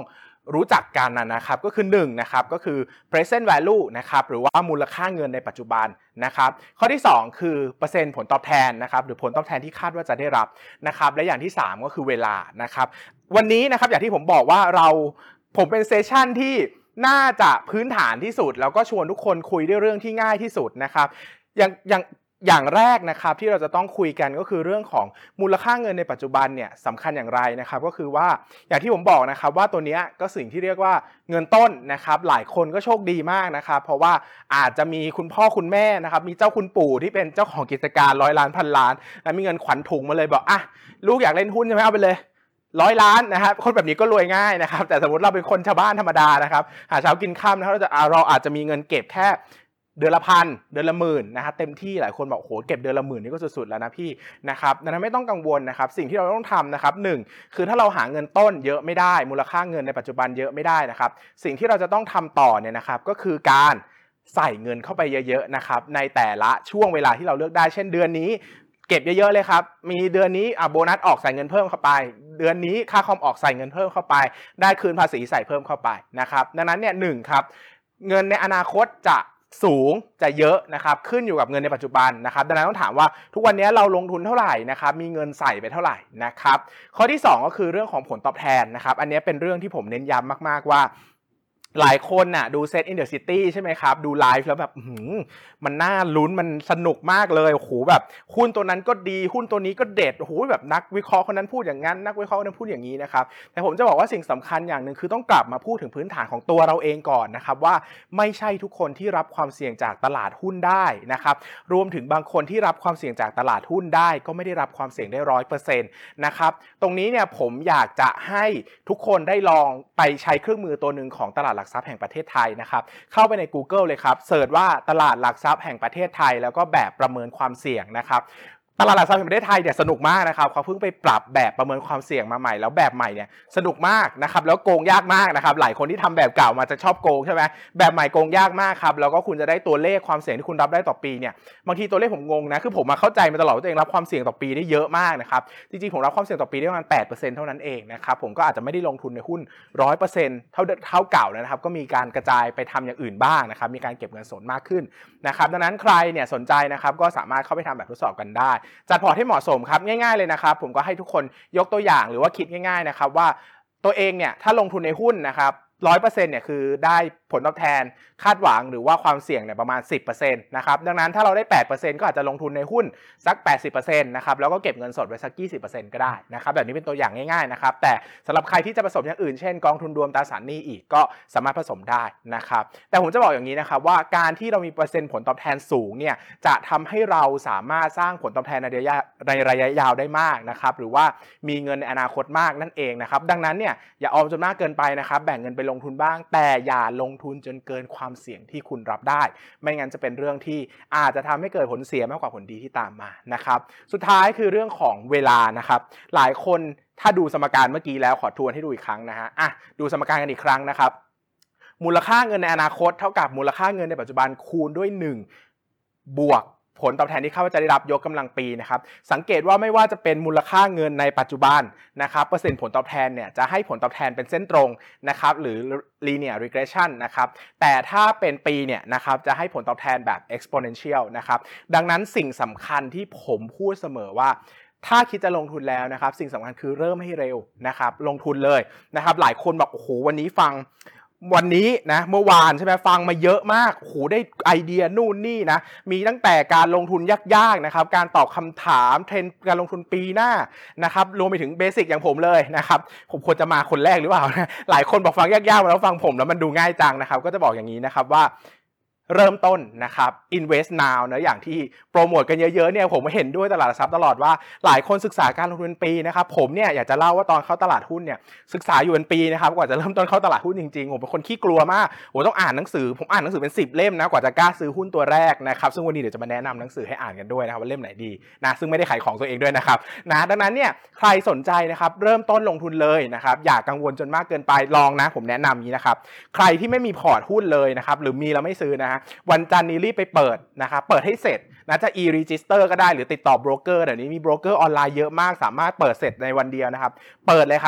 รู้จักกันนะครับก็คือหนึ่งนะครับก็คือ present value นะครับหรือว่ามูลค่าเงินในปัจจุบันนะครับข้อที่สองคือเปอร์เซ็นต์ผลตอบแทนนะครับหรือผลตอบแทนที่คาดว่าจะได้รับนะครับและอย่างที่สามก็คือเวลานะครับวันนี้นะครับอย่างที่ผมบอกว่าเราผมเป็นเซสชั่นที่น่าจะพื้นฐานที่สุดแล้วก็ชวนทุกคนคุยด้วยเรื่องที่ง่ายที่สุดนะครับอย่างอย่างอย่างแรกนะครับที่เราจะต้องคุยกันก็คือเรื่องของมูลค่าเงินในปัจจุบันเนี่ยสำคัญอย่างไรนะครับก็คือว่าอย่างที่ผมบอกนะครับว่าตัวนี้ก็สิ่งที่เรียกว่าเงินต้นนะครับหลายคนก็โชคดีมากนะครับเพราะว่าอาจจะมีคุณพ่อคุณแม่นะครับมีเจ้าคุณปู่ที่เป็นเจ้าของกิจการร้อยล้านพันล้านและมีเงินขวัญถุงมาเลยบอกอ่ะลูกอยากเล่นหุ้นใช่ไหมเอาไปเลยร้อยล้านนะครับคนแบบนี้ก็รวยง่ายนะครับแต่สมมติเราเป็นคนชาวบ้านธรรมดานะครับหาเช้ากินค่ำนะครับเราจะเราอาจจะมีเงินเก็บแค่เดือนละพันเดือนละหมื่นนะครับเต็มที่หลายคนบอกโอ้โหเก็บเดือนละหมื่นนี่ก็สุดๆแล้วนะพี่นะครับดังนั้นไม่ต้องกังวลนะครับสิ่งที่เราต้องทำนะครับหนึ่งคือถ้าเราหาเงินต้นเยอะไม่ได้มูลค่าเงินในปัจจุบันเยอะไม่ได้นะครับสิ่งที่เราจะต้องทำต่อเนี่ยนะครับก็คือการใส่เงินเข้าไปเยอะๆนะครับในแต่ละช่วงเวลาที่เราเลือกได้เช่นเดือนนี้เก็บเยอะๆเลยครับมีเดือนนี้อ่ะโบนัสออกใส่เงินเพิ่มเข้าไปเดือนนี้ค่าคอมออกใส่เงินเพิ่มเข้าไปได้คืนภาษีใส่เพิ่มเข้าไปนะครับดังนั้นเนี่ยหนึ่งครับเงินในอนาคตจะสูงจะเยอะนะครับขึ้นอยู่กับเงินในปัจจุบันนะครับดังนั้นต้องถามว่าทุกวันนี้เราลงทุนเท่าไหร่นะครับมีเงินใส่ไปเท่าไหร่นะครับข้อที่สองก็คือเรื่องของผลตอบแทนนะครับอันนี้เป็นเรื่องที่ผมเน้นย้ำมากๆว่าหลายคนน่ะดู Set in the City ใช่ไหมครับดูไลฟ์แล้วแบบมันน่าลุ้นมันสนุกมากเลยโอ้โหแบบหุ้นตัวนั้นก็ดีหุ้นตัวนี้ก็เด็ดโอ้โหแบบนักวิเคราะห์คนนั้นพูดอย่างนั้นนักวิเคราะห์คนนั้นพูดอย่างนี้นะครับแต่ผมจะบอกว่าสิ่งสำคัญอย่างหนึ่งคือต้องกลับมาพูดถึงพื้นฐานของตัวเราเองก่อนนะครับว่าไม่ใช่ทุกคนที่รับความเสี่ยงจากตลาดหุ้นได้นะครับรวมถึงบางคนที่รับความเสี่ยงจากตลาดหุ้นได้ก็ไม่ได้รับความเสี่ยงได้ ร้อยเปอร์เซ็นต์ นะครับตรงนี้เนี่ยผมอยากจะให้ทุกคนได้ลองไปใช้เครื่องมือตัวหนึ่งของตลาดหลักทรัพย์แห่งประเทศไทยนะครับเข้าไปใน Google เลยครับเสิร์ชว่าตลาดหลักทรัพย์แห่งประเทศไทยแล้วก็แบบประเมินความเสี่ยงนะครับตลาดหลักทรัพย์แห่งประเทศไทยเนี่ยสนุกมากนะครับเขาเพิ่งไปปรับแบบประเมินความเสี่ยงมาใหม่แล้วแบบใหม่เนี่ยสนุกมากนะครับแล้วโกงยากมากนะครับหลายคนที่ทำแบบเก่ามาจะชอบโกงใช่ไหมแบบใหม่โกงยากมากครับแล้วก็คุณจะได้ตัวเลขความเสี่ยงที่คุณรับได้ต่อปีเนี่ยบางทีตัวเลขผมงงนะคือผมมาเข้าใจมาตลอดว่าตัวเองรับความเสี่ยงต่อปีได้เยอะมากนะครับจริงๆผมรับความเสี่ยงต่อปีได้ประมาณ แปดเปอร์เซ็นต์ เท่านั้นเองนะครับผมก็อาจจะไม่ได้ลงทุนในหุ้น ร้อยเปอร์เซ็นต์ เท่าเท่าเก่านะครับก็มีการกระจายไปทำอย่างอื่นบ้างนะครับมีการเก็บเงินสดมากขึ้นนะครับดังนั้นใครเนี่ยสนใจนะครับก็สามารถเข้าไปทำแบบทดสอบกันได้จัดพอร์ตให้เหมาะสมครับง่ายๆเลยนะครับผมก็ให้ทุกคนยกตัวอย่างหรือว่าคิดง่ายๆนะครับว่าตัวเองเนี่ยถ้าลงทุนในหุ้นนะครับ ร้อยเปอร์เซ็นต์ เนี่ยคือได้ผลตอบแทนคาดหวังหรือว่าความเสี่ยงเนี่ยประมาณ สิบเปอร์เซ็นต์ นะครับดังนั้นถ้าเราได้ แปดเปอร์เซ็นต์ ก็อาจจะลงทุนในหุ้นสัก แปดสิบเปอร์เซ็นต์ นะครับแล้วก็เก็บเงินสดไว้สัก ยี่สิบเปอร์เซ็นต์ ก็ได้นะครับแบบนี้เป็นตัวอย่างง่ายๆนะครับแต่สำหรับใครที่จะผสมอย่างอื่นเช่นกองทุนรวมตราสารหนี้อีกก็สามารถผสมได้นะครับแต่ผมจะบอกอย่างนี้นะครับว่าการที่เรามีเปอร์เซ็นต์ผลตอบแทนสูงเนี่ยจะทำให้เราสามารถสร้างผลตอบแทนในระยะในระยะยาวได้มากนะครับหรือว่ามีเงินในอนาคตมากนั่นเองนะครับดังนั้นเนี่ยอย่าออมจนมากเกินไปนะครับแบ่งเงินไปลงทุนบ้างแต่อย่าลงทุนจนเกินความเสี่ยงที่คุณรับได้ไม่งั้นจะเป็นเรื่องที่อาจจะทำให้เกิดผลเสียมากกว่าผลดีที่ตามมานะครับสุดท้ายคือเรื่องของเวลานะครับหลายคนถ้าดูสมการเมื่อกี้แล้วขอทวนให้ดูอีกครั้งนะฮะอ่ะดูสมการกันอีกครั้งนะครับมูลค่าเงินในอนาคตเท่ากับมูลค่าเงินในปัจจุบันคูณด้วยหนึ่งบวกผลตอบแทนที่ข้าพเจ้าได้รับยกกำลังปีนะครับสังเกตว่าไม่ว่าจะเป็นมูลค่าเงินในปัจจุบันนะครับเปอร์เซ็นต์ผลตอบแทนเนี่ยจะให้ผลตอบแทนเป็นเส้นตรงนะครับหรือ linear regression นะครับแต่ถ้าเป็นปีเนี่ยนะครับจะให้ผลตอบแทนแบบ exponential นะครับดังนั้นสิ่งสำคัญที่ผมพูดเสมอว่าถ้าคิดจะลงทุนแล้วนะครับสิ่งสำคัญคือเริ่มให้เร็วนะครับลงทุนเลยนะครับหลายคนบอกโอ้โหวันนี้ฟังวันนี้นะเมื่อวานใช่ไหมฟังมาเยอะมากโอ้โหได้ไอเดียนู่นนี่นะมีตั้งแต่การลงทุนยากๆนะครับการตอบคำถามเทรนด์การลงทุนปีหน้านะครับรวมไปถึงเบสิกอย่างผมเลยนะครับผมควรจะมาคนแรกหรือเปล่านะหลายคนบอกฟังยากๆแล้วฟังผมแล้วมันดูง่ายจังนะครับก็จะบอกอย่างนี้นะครับว่าเริ่มต้นนะครับ invest now นะอย่างที่โปรโมทกันเยอะๆเนี่ยผมเห็นด้วยตลาดหลักทรัพย์ตลอดว่าหลายคนศึกษาการลงทุนเป็นปีนะครับผมเนี่ยอยากจะเล่าว่าตอนเข้าตลาดหุ้นเนี่ยศึกษาอยู่เป็นปีนะครับกว่าจะเริ่มต้นเข้าตลาดหุ้นจริงๆผมเป็นคนขี้กลัวมากผมต้องอ่านหนังสือผมอ่านหนังสือเป็นสิบเล่มนะกว่าจะกล้าซื้อหุ้นตัวแรกนะครับซึ่งวันนี้เดี๋ยวจะมาแนะนำหนังสือให้อ่านกันด้วยนะครับว่าเล่มไหนดีนะซึ่งไม่ได้ขายของตัวเองด้วยนะครับนะดังนั้นเนี่ยใครสนใจนะครับเริ่มต้นลงทุนเลยนะครับอย่ากังวลจนมากเกินไปลองนะผมแนะนำนี้นะครับใครที่ไม่มีพอร์ตหุ้นเลยนะครับหรือมีแล้วไม่ซื้อนะฮะวันจันทร์นี้รีบไปเปิดนะครับเปิดให้เสร็จนะจะ e-register ก็ได้หรือติดต่อโบรกเกอร์เดี๋ยวนี้มีโบรกเกอร์ออนไลน์เยอะมากสามารถเปิดเสร็จในวันเดียวนะครับเปิดเลยครับ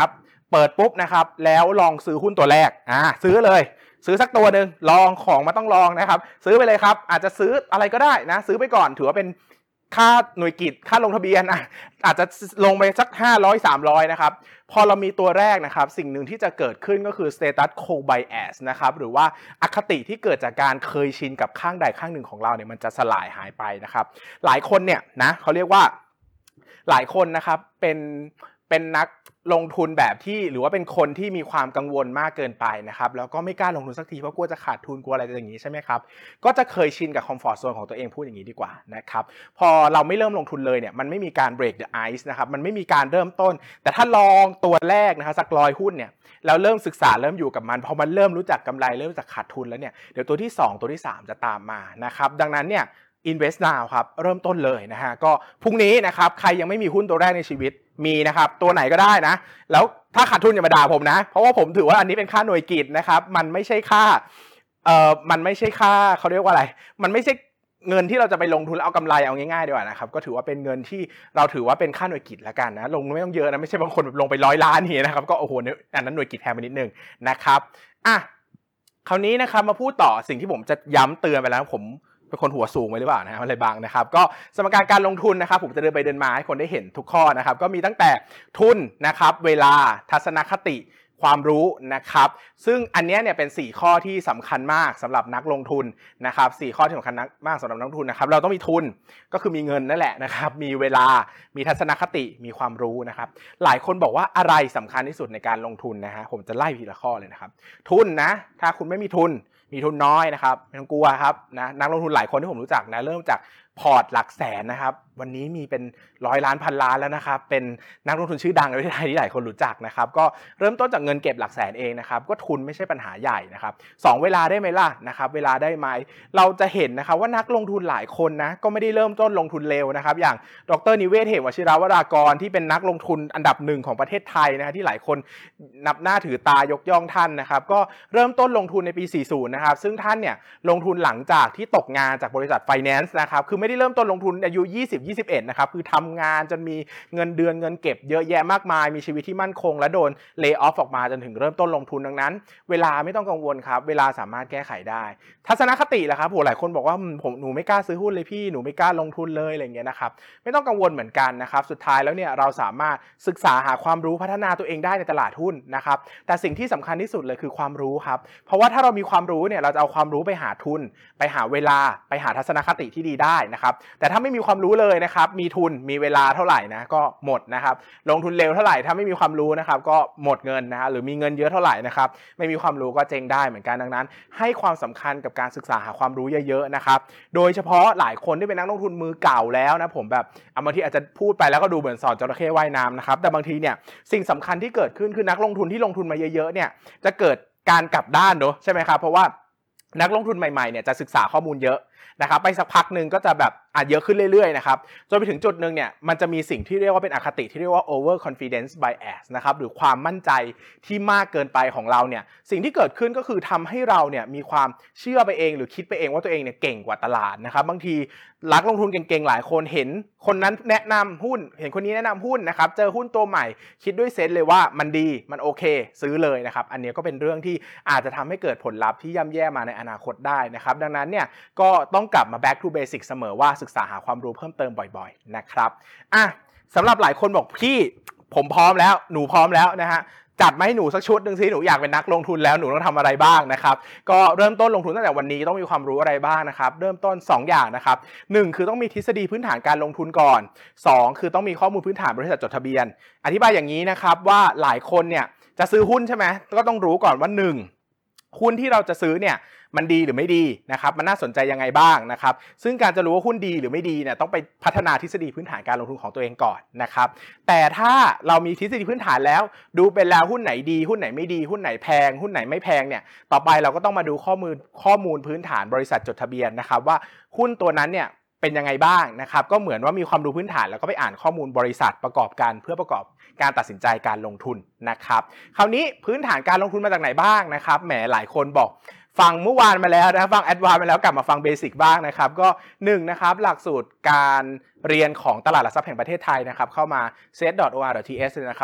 เปิดปุ๊บนะครับแล้วลองซื้อหุ้นตัวแรกอ่าซื้อเลยซื้อสักตัวนึงลองของมาต้องลองนะครับซื้อไปเลยครับอาจจะซื้ออะไรก็ได้นะซื้อไปก่อนถือว่าเป็นค่าหน่วยกิจค่าลงทะเบียนอ่ะอาจจะลงไปสักห้าร้อย สามร้อยนะครับพอเรามีตัวแรกนะครับสิ่งหนึ่งที่จะเกิดขึ้นก็คือ status quo bias นะครับหรือว่าอคติที่เกิดจากการเคยชินกับข้างใดข้างหนึ่งของเราเนี่ยมันจะสลายหายไปนะครับหลายคนเนี่ยนะเขาเรียกว่าหลายคนนะครับเป็นเป็นนักลงทุนแบบที่หรือว่าเป็นคนที่มีความกังวลมากเกินไปนะครับแล้วก็ไม่กล้าลงทุนสักทีเพราะกลัวจะขาดทุนกลัวอะไรอย่างนี้ใช่ไหมครับก็จะเคยชินกับคอมฟอร์ตโซนของตัวเองพูดอย่างนี้ดีกว่านะครับพอเราไม่เริ่มลงทุนเลยเนี่ยมันไม่มีการ break the ice นะครับมันไม่มีการเริ่มต้นแต่ถ้าลองตัวแรกนะครับสักร้อยหุ้นเนี่ยแล้วเริ่มศึกษาเริ่มอยู่กับมันพอมันเริ่มรู้จักกำไรเริ่มรู้จักขาดทุนแล้วเนี่ยเดี๋ยวตัวที่สองตัวที่สามจะตามมานะครับดังนั้นเนี่ยInvest Now ครับเริ่มต้นเลยนะฮะก็พรุ่งนี้นะครับใครยังไม่มีหุ้นตัวแรกในชีวิตมีนะครับตัวไหนก็ได้นะแล้วถ้าขาดทุนอย่ามาด่าผมนะเพราะว่าผมถือว่าอันนี้เป็นค่าหน่วยกิจนะครับมันไม่ใช่ค่าเอ่อมันไม่ใช่ค่าเขาเรียกว่าอะไรมันไม่ใช่เงินที่เราจะไปลงทุนแล้วเอากำไรเอาง่ายๆดีกว่านะครับก็ถือว่าเป็นเงินที่เราถือว่าเป็นค่าหน่วยกิจละกันนะลงไม่ต้องเยอะนะไม่ใช่บางคนแบบลงไปร้อยล้านนี่นะครับก็โอ้โหอันนั้นหน่วยกิจแพงไปนิดนึงนะครับอ่ะคราวนี้นะครับมาพูดต่อสิ่งที่ผมจะย้ำเตือนไปแล้วผมเป็นคนหัวสูงไว้หรือเปล่านะอะไรบางนะครับก็สมการการลงทุนนะครับผมจะเดินไปเดินมาให้คนได้เห็นทุกข้อนะครับก็มีตั้งแต่ทุนนะครับเวลาทัศนคติความรู้นะครับซึ่งอันนี้เนี่ยเป็นสี่ข้อที่สำคัญมากสำหรับนักลงทุนนะครับสี่ข้อที่สำคัญมากสำหรับนักลงทุนนะครับเราต้องมีทุนก็คือมีเงินนั่นแหละนะครับมีเวลามีทัศนคติมีความรู้นะครับหลายคนบอกว่าอะไรสำคัญที่สุดในการลงทุนนะฮะผมจะไล่ทีละข้อเลยนะครับทุนนะถ้าคุณไม่มีทุนมีทุนน้อยนะครับไม่ต้องกลัวครับนะนักลงทุนหลายคนที่ผมรู้จักนะเริ่มจากพอร์ตหลักแสนนะครับวันนี้มีเป็นร้อยล้านพันล้านแล้วนะครับเป็นนักลงทุนชื่อดังในประเทศไทยที่หลายคนรู้จักนะครับก็เริ่มต้นจากเงินเก็บหลักแสนเองนะครับก็ทุนไม่ใช่ปัญหาใหญ่นะครับสองเวลาได้ไหมล่ะนะครับเวลาได้ไหมเราจะเห็นนะครับว่านักลงทุนหลายคนนะก็ไม่ได้เริ่มต้นลงทุนเร็วนะครับอย่างดร.นิเวศ เหมวชิรวรากรที่เป็นนักลงทุนอันดับหนึ่งของประเทศไทยนะที่หลายคนนับหน้าถือตายกย่องท่านนะครับก็เริ่มต้นลงทุนในปีสี่สิบนะครับซึ่งท่านเนี่ยลงทุนหลังจากที่ตกงานจากบริษัทไฟแนนซ์นะครับคือไม่ได้เริ่มต้นลงทุนอายุยี่สิบ ยี่สิบเอ็ดนะครับคือทำงานจนมีเงินเดือนเงินเก็บเยอะแยะมากมายมีชีวิตที่มั่นคงและโดนเลย์ออฟออกมาจนถึงเริ่มต้นลงทุนดังนั้นเวลาไม่ต้องกังวลครับเวลาสามารถแก้ไขได้ทัศนคติล่ะครับโหหลายคนบอกว่าผมหนูไม่กล้าซื้อหุ้นเลยพี่หนูไม่กล้าลงทุนเลยอะไรอย่างเงี้ยนะครับไม่ต้องกังวลเหมือนกันนะครับสุดท้ายแล้วเนี่ยเราสามารถศึกษาหาความรู้พัฒนาตัวเองได้ในตลาดหุ้นนะครับแต่สิ่งที่สำคัญที่สุดเลยคือความรู้ครับเพราะว่าถ้าเรามีความรู้เนี่ยเราจะเอาความรู้ไปหาทุนไปหาเวลาไปหาทัศนคติที่ดีได้นะครับแต่ถ้าไม่มีความรู้เลยนะครับมีทุนมีเวลาเท่าไหร่นะก็หมดนะครับลงทุนเร็วเท่าไหร่ถ้าไม่มีความรู้นะครับก็หมดเงินนะฮะหรือมีเงินเยอะเท่าไหร่นะครับไม่มีความรู้ก็เจ๊งได้เหมือนกันดังนั้นให้ความสำคัญกับการศึกษาหาความรู้เยอะๆนะครับโดยเฉพาะหลายคนที่เป็นนักลงทุนมือเก่าแล้วนะผมแบบบางทีอาจจะพูดไปแล้วก็ดูเหมือนสอนจระเข้ว่ายน้ำนะครับแต่บางทีเนี่ยสิ่งสำคัญที่เกิดขึ้นคือนักลงทุนที่ลงทุนมาเยอะๆเนี่ยจะเกิดการกลับด้านเนอะใช่ไหมครับเพราะว่านักลงทุนใหม่ๆเนี่ยจะศึกษาข้อมูลเยอะนะครับไปสักพักหนึ่งก็จะแบบอาจเยอะขึ้นเรื่อยๆนะครับจนไปถึงจุดนึงเนี่ยมันจะมีสิ่งที่เรียกว่าเป็นอคติที่เรียกว่า over confidence bias นะครับหรือความมั่นใจที่มากเกินไปของเราเนี่ยสิ่งที่เกิดขึ้นก็คือทำให้เราเนี่ยมีความเชื่อไปเองหรือคิดไปเองว่าตัวเองเนี่ยเก่งกว่าตลาดนะครับบางทีนักลงทุนเก่งๆหลายคนเห็นคนนั้นแนะนำหุ้นเห็นคนนี้แนะนำหุ้นนะครับเจอหุ้นตัวใหม่คิดด้วยเซนส์เลยว่ามันดีมันโอเคซื้อเลยนะครับอันนี้ก็เป็นเรื่องที่อาจจะทำให้เกิดผลลัพธ์ที่ย่ำแย่มาในอนาคตได้นะครับดังนั้นเนี่ยก็ต้องกลับมา back to basic เสมอว่าศึกษาหาความรู้เพิ่มเติมบ่อยๆนะครับอ่ะสำหรับหลายคนบอกพี่ผมพร้อมแล้วหนูพร้อมแล้วนะฮะจัดมาให้หนูสักชุดนึงสิหนูอยากเป็นนักลงทุนแล้วหนูต้องทำอะไรบ้างนะครับก็เริ่มต้นลงทุนตั้งแต่วันนี้ต้องมีความรู้อะไรบ้างนะครับเริ่มต้นสองอย่างนะครับหนึ่งคือต้องมีทฤษฎีพื้นฐานการลงทุนก่อนสองคือต้องมีข้อมูลพื้นฐานบริษัทจดทะเบียนอธิบายอย่างนี้นะครับว่าหลายคนเนี่ยจะซื้อหุ้นใช่ไหมก็ต้องรู้ก่อนว่าหนึ่งหุ้นที่เราจะซื้อเนี่ยมันดีหรือไม่ดีนะครับมันน่าสนใจยังไงบ้างนะครับซึ่งการจะรู้ว่าหุ้นดีหรือไม่ดีเนี่ยต้องไปพัฒนาทฤษฎีพื้นฐานการลงทุนของตัวเองก่อนนะครับแต่ถ้าเรามีทฤษฎีพื้นฐานแล้วดูเป็นแล้วหุ้นไหนดีหุ้นไหนไม่ดีหุ้นไหนแพงหุ้นไหนไม่แพงเนี่ยต่อไปเราก็ต้องมาดูข้อมูลข้อมูลพื้นฐานบริษัทจดทะเบียนนะครับว่าหุ้นตัวนั้นเนี่ยเป็นยังไงบ้างนะครับก็เหมือนว่ามีความรู้พื้นฐานแล้วก็ไปอ่านข้อมูลบริษัทประกอบกันเพื่อประกอบการตัดสินใจการลงทุนนะครับคราวนี้พื้นฐานการลงทุนมาจากไหนบ้างนะครับแหมหลายคนบอกฟังเมื่อวานมาแล้วนะฟังแอดวานซ์มาแล้วกลับมาฟังเบสิกบ้างนะครับก็หนึ่งนะครับหลักสูตรการเรียนของตลาดหลักทรัพย์แห่งประเทศไทยนะครับเข้ามา เซต ดอท โอ อาร์ ดอท ที เอส นะครับมี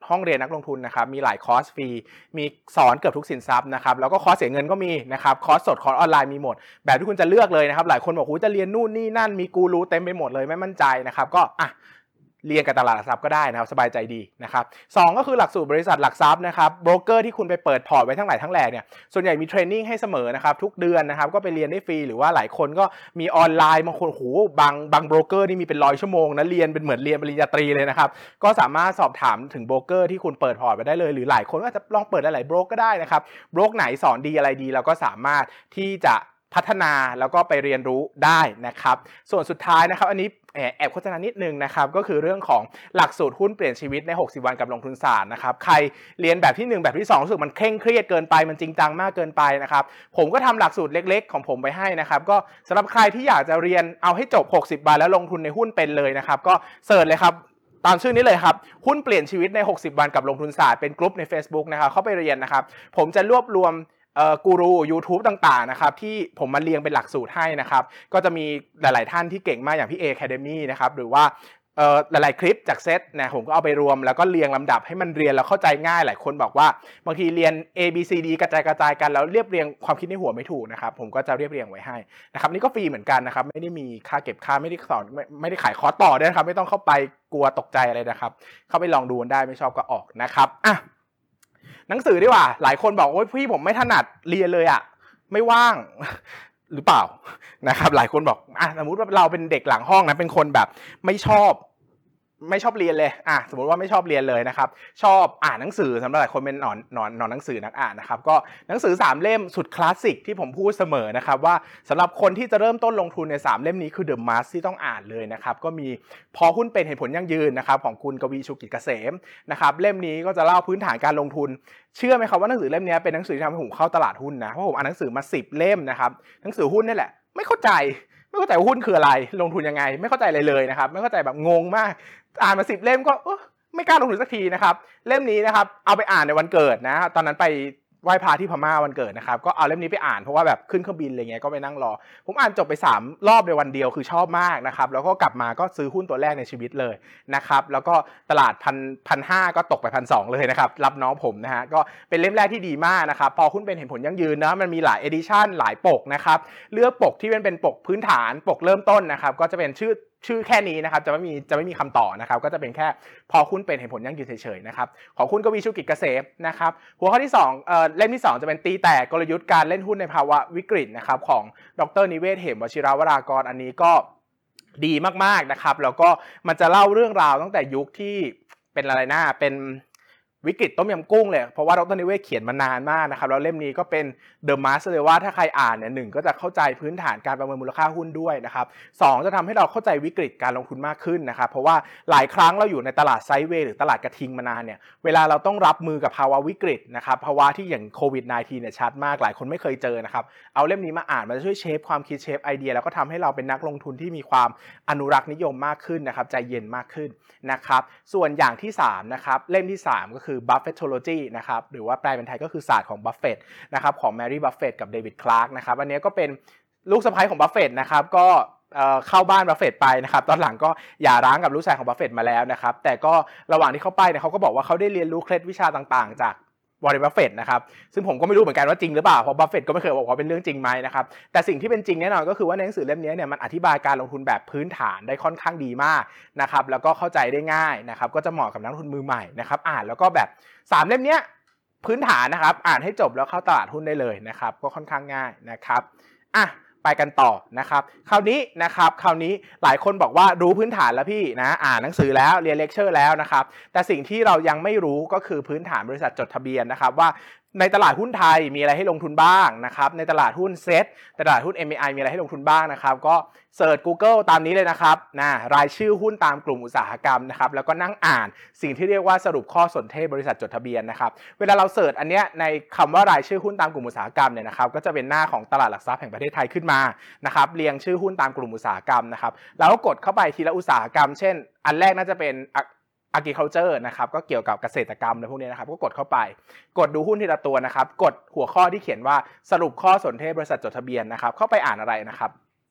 ห้องเรียนนักลงทุนนะครับมีหลายคอร์สฟรีมีสอนเกือบทุกสินทรัพย์นะครับแล้วก็คอร์สเสียเงินก็มีนะครับคอร์สสดคอร์สออนไลน์มีหมดแบบที่คุณจะเลือกเลยนะครับหลายคนบอกโอ้จะเรียนนู่นนี่นั่นมีกูรูเต็มไปหมดเลยไม่มั่นใจนะครับก็อ่ะเรียนกับตลาดหลักทรัพย์ก็ได้นะครับสบายใจดีนะครับสองก็คือหลักสูตรบริษัทหลักทรัพย์นะครับโบรกเกอร์ที่คุณไปเปิดพอร์ตไว้ทั้งหลายทั้งแหล่เนี่ยส่วนใหญ่มีเทรนนิ่งให้เสมอนะครับทุกเดือนนะครับก็ไปเรียนได้ฟรีหรือว่าหลายคนก็มีออนไลน์บางคนโหบางบางโบรกเกอร์นี่มีเป็นร้อยชั่วโมงนะเรียนเป็นเหมือนเรียนปริญญาตรีเลยนะครับก็สามารถสอบถามถึงโบรกเกอร์ที่คุณเปิดพอร์ตไปได้เลยหรือหลายคนก็จะลองเปิดหลายๆโบรกก็ได้นะครับโบรกไหนสอนดีอะไรดีเราก็สามารถที่จะพัฒนาแล้วก็ไปเรียนรู้ได้นะครับส่วนสุดท้ายนะครับอันนี้แอบโฆษณานิดนึงนะครับก็คือเรื่องของหลักสูตรหุ้นเปลี่ยนชีวิตในหกสิบวันกับลงทุนศาสตร์นะครับใครเรียนแบบที่หนึ่งแบบที่สองรู้สึกมันเคร่งเครียดเกินไปมันจริงจังมากเกินไปนะครับผมก็ทำหลักสูตรเล็กๆของผมไปให้นะครับก็สำหรับใครที่อยากจะเรียนเอาให้จบหกสิบวันแล้วลงทุนในหุ้นเป็นเลยนะครับก็เสิร์ชเลยครับตามชื่อนี้เลยครับหุ้นเปลี่ยนชีวิตในหกสิบวันกับลงทุนศาสตร์เป็นกลุ่มใน Facebook นะครับเข้าไปเรียนนะครับผมจะรวบรวมเอ่อกูรู YouTube ต่างๆนะครับที่ผมมาเรียงเป็นหลักสูตรให้นะครับก็จะมีหลายๆท่านที่เก่งมากอย่างพี่ A Academy นะครับหรือว่าเอ่อหลายๆคลิปจากเซตนะผมก็เอาไปรวมแล้วก็เรียงลำดับให้มันเรียนแล้วเข้าใจง่ายหลายคนบอกว่าบางทีเรียน A B C D กระจายกระจายกันแล้วเรียบเรียงความคิดในหัวไม่ถูกนะครับผมก็จะเรียบเรียงไว้ให้นะครับนี่ก็ฟรีเหมือนกันนะครับไม่ได้มีค่าเก็บค่าไม่ได้สอนไม่ไม่ได้ขายคอร์สต่อด้วยนะครับไม่ต้องเข้าไปกลัวตกใจอะไรนะครับเข้าไปลองดูกันได้ไม่ชอบก็ออกนะครับอ่ะหนังสือดีกว่าหลายคนบอกโอ้ยพี่ผมไม่ถนัดเรียนเลยอ่ะไม่ว่างหรือเปล่านะครับหลายคนบอกอ่ะสมมุติว่าเราเป็นเด็กหลังห้องนะเป็นคนแบบไม่ชอบไม่ชอบเรียนเลยอ่ะสมมติว่าไม่ชอบเรียนเลยนะครับชอบอ่านหนังสือสำหรับหลายคนเป็นหนอนหนอนหนอนหนังสือนักอ่านนะครับก็หนังสือสามเล่มสุดคลาสสิกที่ผมพูดเสมอนะครับว่าสำหรับคนที่จะเริ่มต้นลงทุนในสามเล่มนี้คือ The Must ที่ต้องอ่านเลยนะครับก็มีพอหุ้นเป็นเหตุผลยั่งยืนนะครับของคุณกวีชูกิจเกษมนะครับเล่มนี้ก็จะเล่าพื้นฐานการลงทุนเชื่อไหมครับว่าหนังสือเล่มนี้เป็นหนังสือที่ทำให้ผมเข้าตลาดหุ้นนะเพราะผมอ่านหนังสือมาสิบเล่มนะครับหนังสือหุ้นนี่แหละไม่เข้าใจไม่เข้าใจว่าหุ้นคืออะไรลงทุนยังไงไม่เข้าใจเลยเลยนะครับไม่เข้าใจแบบงงมากอ่านมาสิบเล่มก็ไม่กล้าลงทุนสักทีนะครับเล่มนี้นะครับเอาไปอ่านในวันเกิดนะตอนนั้นไปไหว้พระที่พม่าวันเกิดนะครับก็เอาเล่มนี้ไปอ่านเพราะว่าแบบขึ้นเครื่องบินอะไรเงี้ยก็ไปนั่งรอผมอ่านจบไปสามรอบในวันเดียวคือชอบมากนะครับแล้วก็กลับมาก็ซื้อหุ้นตัวแรกในชีวิตเลยนะครับแล้วก็ตลาดพันพันห้าก็ตกไปพันสองเลยนะครับรับน้องผมนะฮะก็เป็นเล่มแรกที่ดีมากนะครับพอหุ้นเป็นเห็นผลยั่งยืนนะมันมีหลายเอดิชั่นหลายปกนะครับเลือกปกที่เป็นเป็นปกพื้นฐานปกเริ่มต้นนะครับก็จะเป็นชื่อชื่อแค่นี้นะครับจะไม่มีจะไม่มีคำต่อนะครับก็จะเป็นแค่พอหุ้นเป็นเห็นผลยั่งยืนเฉยๆนะครับของคุณกวีชูกิจเกษมนะครับหัวข้อที่สองเอ่อเล่มที่สองจะเป็นตีแตกกลยุทธ์การเล่นหุ้นในภาวะวิกฤตนะครับของดร.นิเวศน์เหมวชิรวรากรอันนี้ก็ดีมากๆนะครับแล้วก็มันจะเล่าเรื่องราวตั้งแต่ยุคที่เป็นอะไรนะเป็นวิกฤตต้มยำกุ้งเลยเพราะว่าดร.นิเวศน์เขียนมานานมากนะครับแล้วเล่มนี้ก็เป็นเดอะมาสเลยว่าถ้าใครอ่านเนี่ยหนึ่งก็จะเข้าใจพื้นฐานการประเมินมูลค่าหุ้นด้วยนะครับสองจะทำให้เราเข้าใจวิกฤตการลงทุนมากขึ้นนะครับเพราะว่าหลายครั้งเราอยู่ในตลาดไซด์เวย์หรือตลาดกระทิงมานานเนี่ยเวลาเราต้องรับมือกับภาวะวิกฤตนะครับภาวะที่อย่างโควิด สิบเก้า เนี่ยชัดมากหลายคนไม่เคยเจอนะครับเอาเล่มนี้มาอ่านมันจะช่วยเชฟความคิดเชฟไอเดียแล้วก็ทำให้เราเป็นนักลงทุนที่มีความอนุรักษ์นิยมมากขึ้นนะครับใจเย็นมากขึ้นนะครับส่วนอย่างที่สามนะครับเล่มที่สามก็คือ Buffettology นะครับหรือว่าแปลเป็นไทยก็คือศาสตร์ของบัฟเฟตต์นะครับของแมรี่บัฟเฟตต์กับเดวิดคลาร์กนะครับอันนี้ก็เป็นลูกสะใภ้ของบัฟเฟตต์นะครับก็เข้าบ้านบัฟเฟตต์ไปนะครับตอนหลังก็หย่าร้างกับลูกชายของบัฟเฟตต์มาแล้วนะครับแต่ก็ระหว่างที่เขาไปเนี่ยเขาก็บอกว่าเขาได้เรียนรู้เคล็ดวิชาต่างๆจากวอร์เรน บัฟเฟตต์นะครับซึ่งผมก็ไม่รู้เหมือนกันว่าจริงหรือเปล่าเพราะบัฟเฟตต์ก็ไม่เคยบอกว่าเป็นเรื่องจริงไหมนะครับแต่สิ่งที่เป็นจริงแน่นอนก็คือว่าในหนังสือเล่มนี้เนี่ยมันอธิบายการลงทุนแบบพื้นฐานได้ค่อนข้างดีมากนะครับแล้วก็เข้าใจได้ง่ายนะครับก็จะเหมาะกับนักลงทุนมือใหม่นะครับอ่านแล้วก็แบบสามเล่มนี้พื้นฐานนะครับอ่านให้จบแล้วเข้าตลาดหุ้นได้เลยนะครับก็ค่อนข้างง่ายนะครับอ่ะไปกันต่อนะครับคราวนี้นะครับคราวนี้หลายคนบอกว่ารู้พื้นฐานแล้วพี่นะอ่านหนังสือแล้วเรียนเลคเชอร์แล้วนะครับแต่สิ่งที่เรายังไม่รู้ก็คือพื้นฐานบริษัทจดทะเบียนนะครับว่าในตลาดหุ้นไทยมีอะไรให้ลงทุนบ้างนะครับในตลาดหุ้นเซ็ตตลาดหุ้น เอ็ม เอ ไอ มีอะไรให้ลงทุนบ้างนะครับก็เสิร์ช Google ตามนี้เลยนะครับนะรายชื่อหุ้นตามกลุ่มอุตสาหกรรมนะครับแล้วก็นั่งอ่านสิ่งที่เรียกว่าสรุปข้อสนเทศบริษัทจดทะเบียนนะครับเวลาเราเสิร์ชอันเนี้ยในคำว่ารายชื่อหุ้นตามกลุ่มอุตสาหกรรมเนี่ยนะครับก็จะเป็นหน้าของตลาดหลักทรัพย์แห่งประเทศไทยขึ้นมานะครับเรียงชื่อหุ้นตามกลุ่มอุตสาหกรรมนะครับแล้วก็กดเข้าไปทีละอุตสาหกรรมเช่นอันแรกน่าจะเป็นagriculture นะครับก็เกี่ยวกับเกษตรกรรมอะไรพวกนี้นะครับก็กดเข้าไปกดดูหุ้นทีละตัวนะครับกดหัวข้อที่เขียนว่าสรุปข้อสนเทศบริษัทจดทะเบียนนะครับเข้าไปอ่านอะไรนะครับ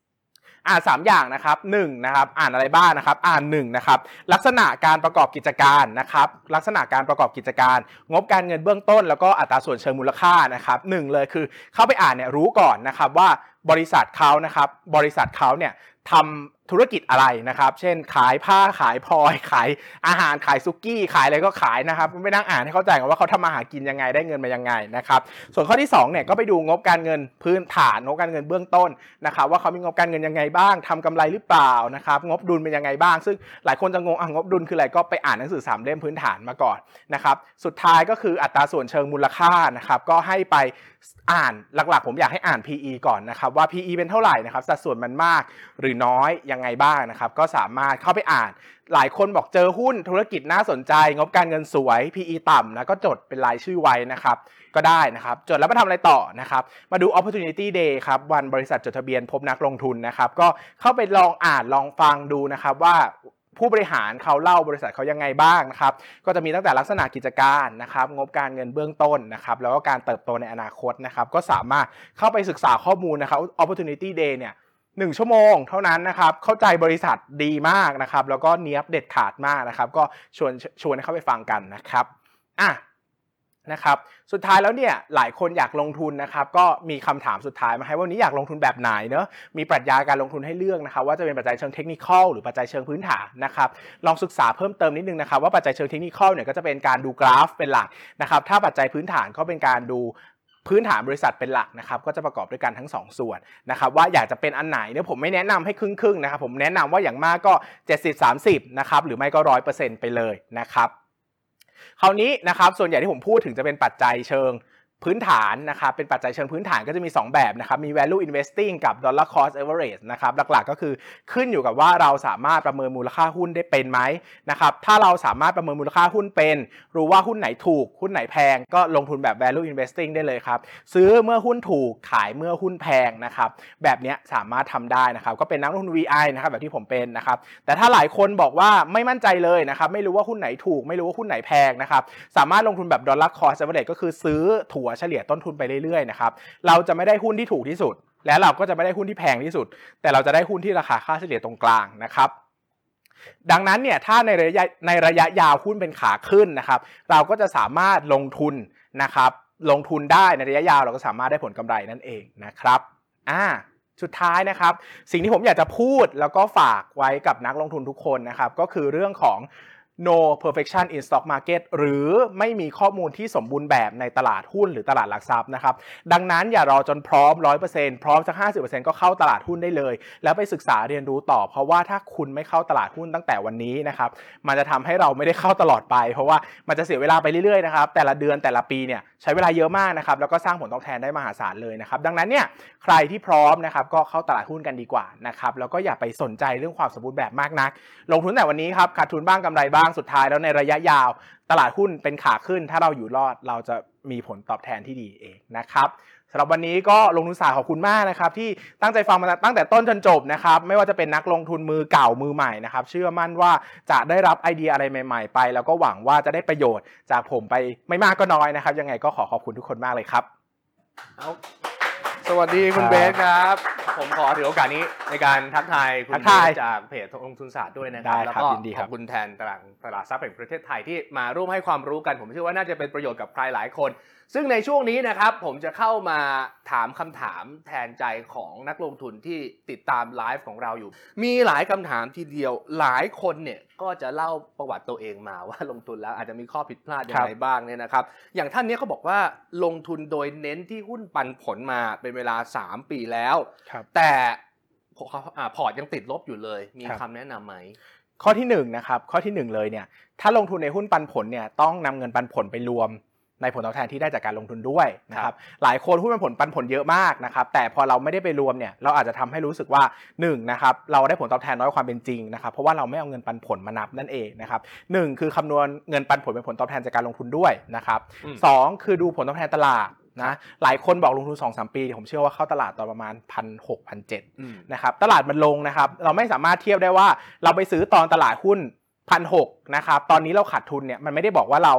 อ่านสามอย่างนะครับหนึ่งนะครับอ่านอะไรบ้างนะครับอ่านหนึ่งนะครับลักษณะการประกอบกิจการนะครับลักษณะการประกอบกิจการงบการเงินเบื้องต้นแล้วก็อัตราส่วนเชิงมูลค่านะครับหนึ่งเลยคือเข้าไปอ่านเนี่ยรู้ก่อนนะครับว่าบริษัทเขานะครับบริษัทเขาเนี่ยทำธุรกิจอะไรนะครับเช่นขายผ้าขายพลอยขายอาหารขายซุกี้ขายอะไรก็ขายนะครับไม่นั่งอ่านให้เข้าใจกันว่าเขาทำมาหากินยังไงได้เงินมายังไงนะครับส่วนข้อที่สองเนี่ยก็ไปดูงบการเงินพื้นฐานงบการเงินเบื้องต้นนะครับว่าเขามีงบการเงินยังไงบ้างทำกำไรหรือเปล่านะครับงบดุลเป็นยังไงบ้างซึ่งหลายคนจะงงอ่ะงบดุลคืออะไรก็ไปอ่านหนังสือสามเล่มพื้นฐานมาก่อนนะครับสุดท้ายก็คืออัตราส่วนเชิงมูลค่านะครับก็ให้ไปอ่านหลักๆผมอยากให้อ่าน พี อี ก่อนนะครับว่า พี อี เป็นเท่าไหร่นะครับสัดส่วนมันมากหรือน้อยยังไงบ้างนะครับก็สามารถเข้าไปอ่านหลายคนบอกเจอหุ้นธุรกิจน่าสนใจงบการเงินสวย พี อี ต่ำแล้วก็จดเป็นรายชื่อไว้นะครับก็ได้นะครับจดแล้วมาทำอะไรต่อนะครับมาดู opportunity day ครับวันบริษัทจดทะเบียนพบนักลงทุนนะครับก็เข้าไปลองอ่านลองฟังดูนะครับว่าผู้บริหารเขาเล่าบริษัทเขายังไงบ้างนะครับก็จะมีตั้งแต่ลักษณะกิจการนะครับงบการเงินเบื้องต้นนะครับแล้วก็การเติบโตในอนาคตนะครับก็สามารถเข้าไปศึกษาข้อมูลนะครับ opportunity day เนี่ยหนึ่งชั่วโมงเท่านั้นนะครับเข้าใจบริษัทดีมากนะครับแล้วก็เนียบเด็ดขาดมากนะครับก็ชวนชวนให้เข้าไปฟังกันนะครับอ่ะนะครับสุดท้ายแล้วเนี่ยหลายคนอยากลงทุนนะครับก็มีคำถามสุดท้ายมาให้ว่าวันนี้อยากลงทุนแบบไหนเนอะมีปรัชญาการลงทุนให้เลือกนะครับว่าจะเป็นปัจจัยเชิงเทคนิคอลหรือปัจจัยเชิงพื้นฐานนะครับลองศึกษาเพิ่มเติมนิดนึงนะครับว่าปัจจัยเชิงเทคนิคอลเนี่ยก็จะเป็นการดูกราฟเป็นหลักนะครับถ้าปัจจัยพื้นฐานก็เป็นการดูพื้นฐานบริษัทเป็นหลักนะครับก็จะประกอบด้วยกันทั้งสองส่วนนะครับว่าอยากจะเป็นอันไหนเนี่ยผมไม่แนะนำให้ครึ่งๆนะครับผมแนะนำว่าอย่างมากก็เจ็ดสิบ สามสิบนะครับหรือไม่ก็ หนึ่งร้อยเปอร์เซ็นต์ ไปเลยนะครับคราวนี้นะครับส่วนใหญ่ที่ผมพูดถึงจะเป็นปัจจัยเชิงพื้นฐานนะครับเป็นปัจจัยเชิงพื้นฐานก็จะมีสองแบบนะครับมี value investing กับ dollar cost average นะครับหลักๆก็คือขึ้นอยู่กับว่าเราสามารถประเมินมูลค่าหุ้นได้เป็นไหมนะครับถ้าเราสามารถประเมินมูลค่าหุ้นเป็นรู้ว่าหุ้นไหนถูกหุ้นไหนแพงก็ลงทุนแบบ value investing ได้เลยครับซื้อเมื่อหุ้นถูกขายเมื่อหุ้นแพงนะครับแบบนี้สามารถทำได้นะครับก็เป็นนักลงทุน วี ไอ นะครับแบบที่ผมเป็นนะครับแต่ถ้าหลายคนบอกว่าไม่มั่นใจเลยนะครับไม่รู้ว่าหุ้นไหนถูกไม่รู้ว่าหุ้นไหนแพงนะครับสามารถลงทุนแบบ dollar cost average ก็คือซื้อถั่วเฉลี่ยต้นทุนไปเรื่อยๆนะครับเราจะไม่ได้หุ้นที่ถูกที่สุดและเราก็จะไม่ได้หุ้นที่แพงที่สุดแต่เราจะได้หุ้นที่ราคาค่าเฉลี่ยตรงกลางนะครับดังนั้นเนี่ยถ้าในระยะในระยะยาวหุ้นเป็นขาขึ้นนะครับเราก็จะสามารถลงทุนนะครับลงทุนได้ในระยะยาวเราก็สามารถได้ผลกำไรนั่นเองนะครับอ่าสุดท้ายนะครับสิ่งที่ผมอยากจะพูดแล้วก็ฝากไว้กับนักลงทุนทุกคนนะครับก็คือเรื่องของno perfection in stock market หรือไม่มีข้อมูลที่สมบูรณ์แบบในตลาดหุ้นหรือตลาดหลักทรัพย์นะครับดังนั้นอย่ารอจนพร้อม ร้อยเปอร์เซ็นต์ พร้อมสัก ห้าสิบเปอร์เซ็นต์ ก็เข้าตลาดหุ้นได้เลยแล้วไปศึกษาเรียนรู้ต่อเพราะว่าถ้าคุณไม่เข้าตลาดหุ้นตั้งแต่วันนี้นะครับมันจะทำให้เราไม่ได้เข้าตลอดไปเพราะว่ามันจะเสียเวลาไปเรื่อยๆนะครับแต่ละเดือนแต่ละปีเนี่ยใช้เวลาเยอะมากนะครับแล้วก็สร้างผลตอบแทนได้มหาศาลเลยนะครับดังนั้นเนี่ยใครที่พร้อมนะครับก็เข้าตลาดหุ้นกันดีกว่านะครับแล้วก็อย่าไปสนใจเรื่องความสมบูรณ์แบบมากนักลงทุนแต่วันนี้ครับขาดทุนบ้างกำไรบ้างสุดท้ายแล้วในระยะยาวตลาดหุ้นเป็นขาขึ้นถ้าเราอยู่รอดเราจะมีผลตอบแทนที่ดีเองนะครับสำหรับวันนี้ก็ลงทุนศาสตร์ขอบคุณมากนะครับที่ตั้งใจฟังมาตั้งแต่ต้นจนจบนะครับไม่ว่าจะเป็นนักลงทุนมือเก่ามือใหม่นะครับเชื่อมั่นว่าจะได้รับไอเดียอะไรใหม่ๆไปแล้วก็หวังว่าจะได้ประโยชน์จากผมไปไม่มากก็น้อยนะครับยังไงก็ขอขอบคุณทุกคนมากเลยครับสวัสดีคุณเบสครับผมขอถือโอกาสนี้ในการทักทายคุณเบสจากเพจลงทุนศาสตร์ด้วยนะครับแล้วก็ขอบคุณแทนตลาดตลาดทรัพย์แห่งประเทศไทยที่มาร่วมให้ความรู้กันผมเชื่อว่าน่าจะเป็นประโยชน์กับใครหลายคนซึ่งในช่วงนี้นะครับผมจะเข้ามาถามคำถามแทนใจของนักลงทุนที่ติดตามไลฟ์ของเราอยู่มีหลายคำถามทีเดียวหลายคนเนี่ยก็จะเล่าประวัติตัวเองมาว่าลงทุนแล้วอาจจะมีข้อผิดพลาดอย่างไรบ้างเนี่ยนะครับอย่างท่านนี้เขาบอกว่าลงทุนโดยเน้นที่หุ้นปันผลมาเป็นเวลาสามปีแล้วแต่พอร์ตยังติดลบอยู่เลยมีคำแนะนำไหมข้อที่หนึ่งนะครับข้อที่หนึ่งเลยเนี่ยถ้าลงทุนในหุ้นปันผลเนี่ยต้องนำเงินปันผลไปรวมในผลตอบแทนที่ได้จากการลงทุนด้วยนะครับหลายคนหุ้นปันผลปันผลเยอะมากนะครับแต่พอเราไม่ได้ไปรวมเนี่ยเราอาจจะทำให้รู้สึกว่าหนึ่งนะครับเราได้ผลตอบแทนน้อยกว่าความเป็นจริงนะครับเพราะว่าเราไม่เอาเงินปันผลมานับนั่นเองนะครับหนึ่งคือคำนวณเงินปันผลเป็นผลตอบแทนจากการลงทุนด้วยนะครับสองคือดูผลตอบแทนตลาดนะหลายคนบอกลงทุน สองถึงสาม ปีผมเชื่อว่าเข้าตลาดตอนประมาณ หนึ่งพันหกร้อย หนึ่งพันเจ็ดร้อย นะครับตลาดมันลงนะครับเราไม่สามารถเทียบได้ว่าเราไปซื้อตอนตลาดหุ้น หนึ่งพันหกร้อย นะครับตอนนี้เราขาดทุนเนี่ยมันไม่ได้บอกว่าเรา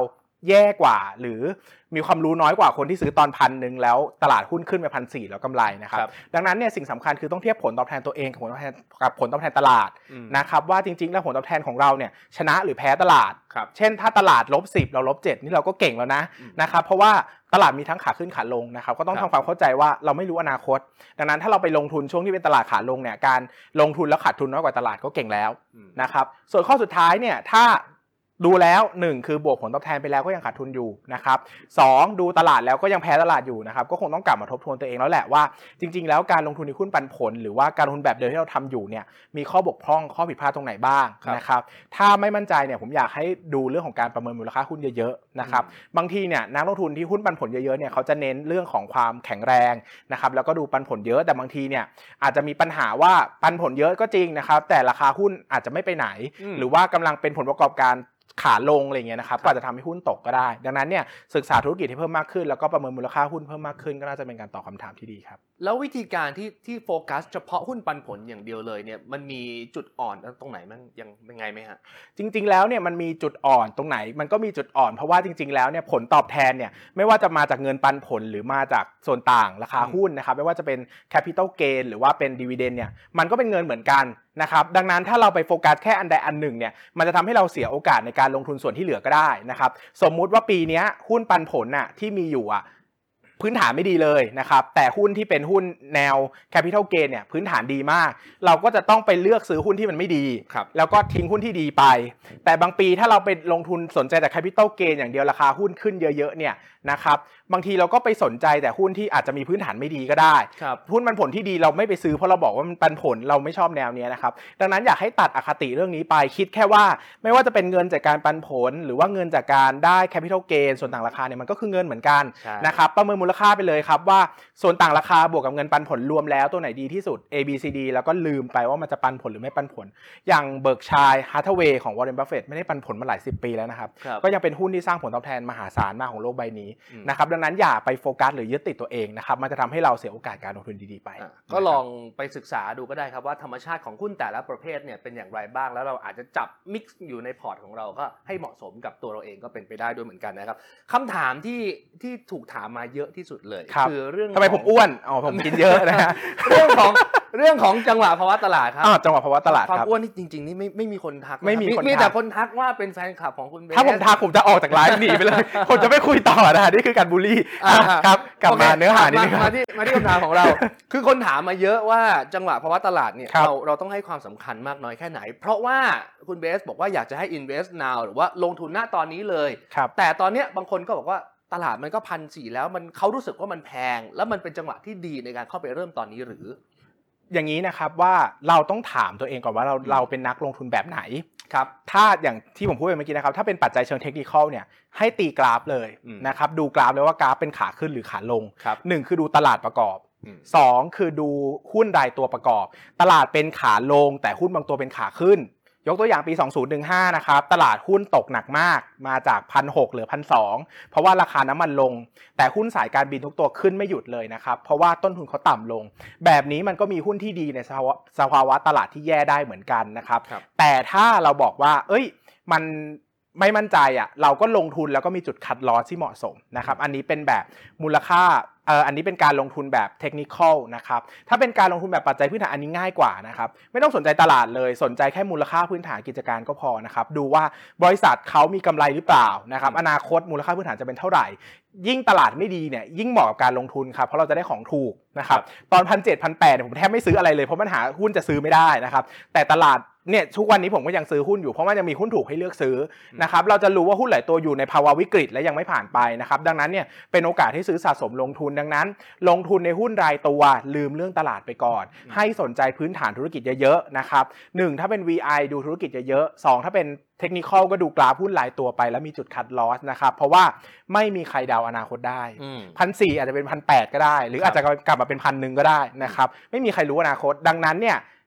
แย่กว่าหรือมีความรู้น้อยกว่าคนที่ซื้อตอนพันหนึ่งแล้วตลาดหุ้นขึ้นไปพันสี่แล้วกำไรนะครับดังนั้นเนี่ยสิ่งสำคัญคือต้องเทียบผลตอบแทนตัวเองกับผลตอบแทนกับผลตอบแทนตลาดนะครับว่าจริงๆแล้วผลตอบแทนของเราเนี่ยชนะหรือแพ้ตลาดเช่นถ้าตลาดลบสิบเราลบเจ็ดนี่เราก็เก่งแล้วนะนะครับเพราะว่าตลาดมีทั้งขาขึ้นขาลงนะครับก็ต้องทำความเข้าใจว่าเราไม่รู้อนาคตดังนั้นถ้าเราไปลงทุนช่วงที่เป็นตลาดขาลงเนี่ยการลงทุนแล้วขาดทุนน้อยกว่าตลาดก็เก่งแล้วนะครับส่วนข้อสุดท้ายเนี่ยถ้าดูแล้วหนึ่งคือบวกผลตอบแทนไปแล้วก็ยังขาดทุนอยู่นะครับสองดูตลาดแล้วก็ยังแพ้ตลาดอยู่นะครับก็คงต้องกลับมาทบทวนตัวเองแล้วแหละว่าจริงๆแล้วการลงทุนในหุ้นปันผลหรือว่าการลงทุนแบบเดิมที่เราทำอยู่เนี่ยมีข้อบกพร่องข้อผิดพลาดตรงไหนบ้างนะครับถ้าไม่มั่นใจเนี่ยผมอยากให้ดูเรื่องของการประเมินมูลค่าหุ้นเยอะๆนะครับบางทีเนี่ยนักลงทุนที่หุ้นปันผลเยอะๆเนี่ยเขาจะเน้นเรื่องของความแข็งแรงนะครับแล้วก็ดูปันผลเยอะแต่บางทีเนี่ยอาจจะมีปัญหาว่าปันผลเยอะก็จริงนะครับแต่ราคาหุ้นอาจจะไม่ไปไหนหรือว่ากำลังเป็นผลประกอบการขาลงอะไรเงี้ยนะครับก็อาจจะทำให้หุ้นตกก็ได้ดังนั้นเนี่ยศึกษาธุรกิจให้เพิ่มมากขึ้นแล้วก็ประเมินมูลค่าหุ้นเพิ่มมากขึ้นก็น่าจะเป็นการตอบคำถามที่ดีครับแล้ววิธีการที่ที่โฟกัสเฉพาะหุ้นปันผลอย่างเดียวเลยเนี่ยมันมีจุดอ่อนตรงไหนมันยังเป็นไงไหมฮะจริงๆแล้วเนี่ยมันมีจุดอ่อนตรงไหนมันก็มีจุดอ่อนเพราะว่าจริงๆแล้วเนี่ยผลตอบแทนเนี่ยไม่ว่าจะมาจากเงินปันผลหรือมาจากส่วนต่างราคาหุ้นนะครับไม่ว่าจะเป็น capital gain หรือว่าเป็น dividend เนี่ยมันก็เป็นเงินเหมือนกันนะครับดังนั้นถ้าเราไปโฟกัสแค่อันใดอันหนึ่งเนี่ยมันจะทำให้เราเสียโอกาสในการลงทุนส่วนที่เหลือก็ได้นะครับสมมุติว่าปีนี้หุ้นปันผลน่ะที่มีอยู่อ่ะพื้นฐานไม่ดีเลยนะครับแต่หุ้นที่เป็นหุ้นแนว capital gain เนี่ยพื้นฐานดีมากเราก็จะต้องไปเลือกซื้อหุ้นที่มันไม่ดีแล้วก็ทิ้งหุ้นที่ดีไปแต่บางปีถ้าเราไปลงทุนสนใจแต่ capital gain อย่างเดียวราคาหุ้นขึ้นเยอะๆเนี่ยนะครับบางทีเราก็ไปสนใจแต่หุ้นที่อาจจะมีพื้นฐานไม่ดีก็ได้หุ้นปันผลที่ดีเราไม่ไปซื้อเพราะเราบอกว่ามันปันผลเราไม่ชอบแนวนี้นะครับดังนั้นอยากให้ตัดอคติเรื่องนี้ไปคิดแค่ว่าไม่ว่าจะเป็นเงินจากการปันผลหรือว่าเงินจากการได้ capital gain ส่วนต่างราคาเนี่ยมันก็คือเงินเหมือนกันนะครับประเมินมูลค่าไปเลยครับว่าส่วนต่างราคาบวกกับเงินปันผลรวมแล้วตัวไหนดีที่สุด A B C D แล้วก็ลืมไปว่ามันจะปันผลหรือไม่ปันผลอย่าง Berkshire Hathaway ของ Warren Buffett ไม่ได้ปันผลมาหลายสิบปีแล้วนะครับก็ยังเป็นหุ้นที่สร้างผลตอบแทนมหาศาลมากของโลกใบนี้นะครับดังนั้นอย่าไปโฟกัสหรือยึดติดตัวเองนะครับมันจะทำให้เราเสียโอกาสการลงทุนดีๆไปก็ลองไปศึกษาดูก็ได้ครับว่าธรรมชาติของหุ้นแต่ละประเภทเนี่ยเป็นอย่างไรบ้างแล้วเราอาจจะจับมิกซ์อยู่ในพอร์ตของเราก็ให้เหมาะสมกับตัวเราเองก็เป็นไปได้ด้วยเหมือนกันนะครับคำถามที่ที่ถูกถามมาเยอะที่สุดเลยคือเรื่องทำไมผมอ้วนอ๋อผมกินเยอะนะฮะเรื่องของเรื่องของจังหวะภาวะตลาดครับจังหวะภาวะตลาดความอ้วนนี่จริงๆนี่ไม่ไม่มีคนทักไม่มีคนมีแต่คนทักว่าเป็นแฟนคลับของคุณเบสถ้าผมทักผมจะออกจากไลฟ์หนีไปเลยผมจะไม่คุยต่อนะฮะนี่คือการบูลลี่ครับกลับมาเนื้อหานี้มาที่มาที่คำถามของเราคือคนถามมาเยอะว่าจังหวะภาวะตลาดเนี่ยเราเราต้องให้ความสำคัญมากน้อยแค่ไหนเพราะว่าคุณเบสบอกว่าอยากจะให้ invest now หรือว่าลงทุนณตอนนี้เลยแต่ตอนนี้บางคนก็บอกว่าตลาดมันก็พันสี่แล้วมันเขารู้สึกว่ามันแพงแล้วมันเป็นจังหวะที่ดีในการเข้าไปเริ่มตอนนี้หรืออย่างนี้นะครับว่าเราต้องถามตัวเองก่อนว่าเราเราเป็นนักลงทุนแบบไหนครับถ้าอย่างที่ผมพูดไปเมื่อกี้นะครับถ้าเป็นปัจจัยเชิงเทคนิคอลเนี่ยให้ตีกราฟเลยนะครับดูกราฟเลยว่ากราฟเป็นขาขึ้นหรือขาลงหนึ่งคือดูตลาดประกอบสองคือดูหุ้นรายตัวประกอบตลาดเป็นขาลงแต่หุ้นบางตัวเป็นขาขึ้นยกตัวอย่างปีสองพันสิบห้านะครับตลาดหุ้นตกหนักมากมาจาก หนึ่งพันหกร้อย เหลือ หนึ่งพันสองร้อย เพราะว่าราคาน้ำมันลงแต่หุ้นสายการบินทุกตัวขึ้นไม่หยุดเลยนะครับเพราะว่าต้นทุนเขาต่ำลงแบบนี้มันก็มีหุ้นที่ดีในสภาวะสภาวะตลาดที่แย่ได้เหมือนกันนะครับแต่ถ้าเราบอกว่าเอ้ยมันไม่มั่นใจอ่ะเราก็ลงทุนแล้วก็มีจุดคัทลอสที่เหมาะสมนะครับอันนี้เป็นแบบมูลค่าเอ่ออันนี้เป็นการลงทุนแบบเทคนิคอลนะครับถ้าเป็นการลงทุนแบบปัจจัยพื้นฐานอันนี้ง่ายกว่านะครับไม่ต้องสนใจตลาดเลยสนใจแค่มูลค่าพื้นฐานกิจการก็พอนะครับดูว่าบริษัทเขามีกำไรหรือเปล่านะครับอนาคตมูลค่าพื้นฐานจะเป็นเท่าไหร่ยิ่งตลาดไม่ดีเนี่ยยิ่งเหมาะกับการลงทุนครับเพราะเราจะได้ของถูกนะครับตอน หนึ่งพันเจ็ดร้อย หนึ่งพันแปดร้อย เนี่ยผมแทบไม่ซื้ออะไรเลยเพราะมันหาหุ้นจะซื้อไม่ได้นะครับแต่ตลาดเนี่ยทุกวันนี้ผมก็ยังซื้อหุ้นอยู่เพราะว่ายังมีหุ้นถูกให้เลือกซื้อนะครับเราจะรู้ว่าหุ้นหลายตัวอยู่ในภาวะวิกฤตและยังไม่ผ่านไปนะครับดังนั้นเนี่ยเป็นโอกาสให้ซื้อสะสมลงทุนดังนั้นลงทุนในหุ้นรายตัวลืมเรื่องตลาดไปก่อนให้สนใจพื้นฐานธุรกิจเยอะๆนะครับหนึ่งถ้าเป็น วี ไอ ดูธุรกิจเยอะๆสองถ้าเป็นเทคนิคอลก็ดูกราฟหุ้นรายตัวไปแล้วมีจุดคัทลอสนะครับเพราะว่าไม่มีใครเดาอนาคตได้ หนึ่งพันสี่ร้อย อาจจะเป็น หนึ่งพันแปดร้อย ก็ได้หรืออาจจะกลับมาเป็น หนึ่งพัน ก็ได้นะครับไม่มีใครรู้อนาคตดังนั้นเนี่ย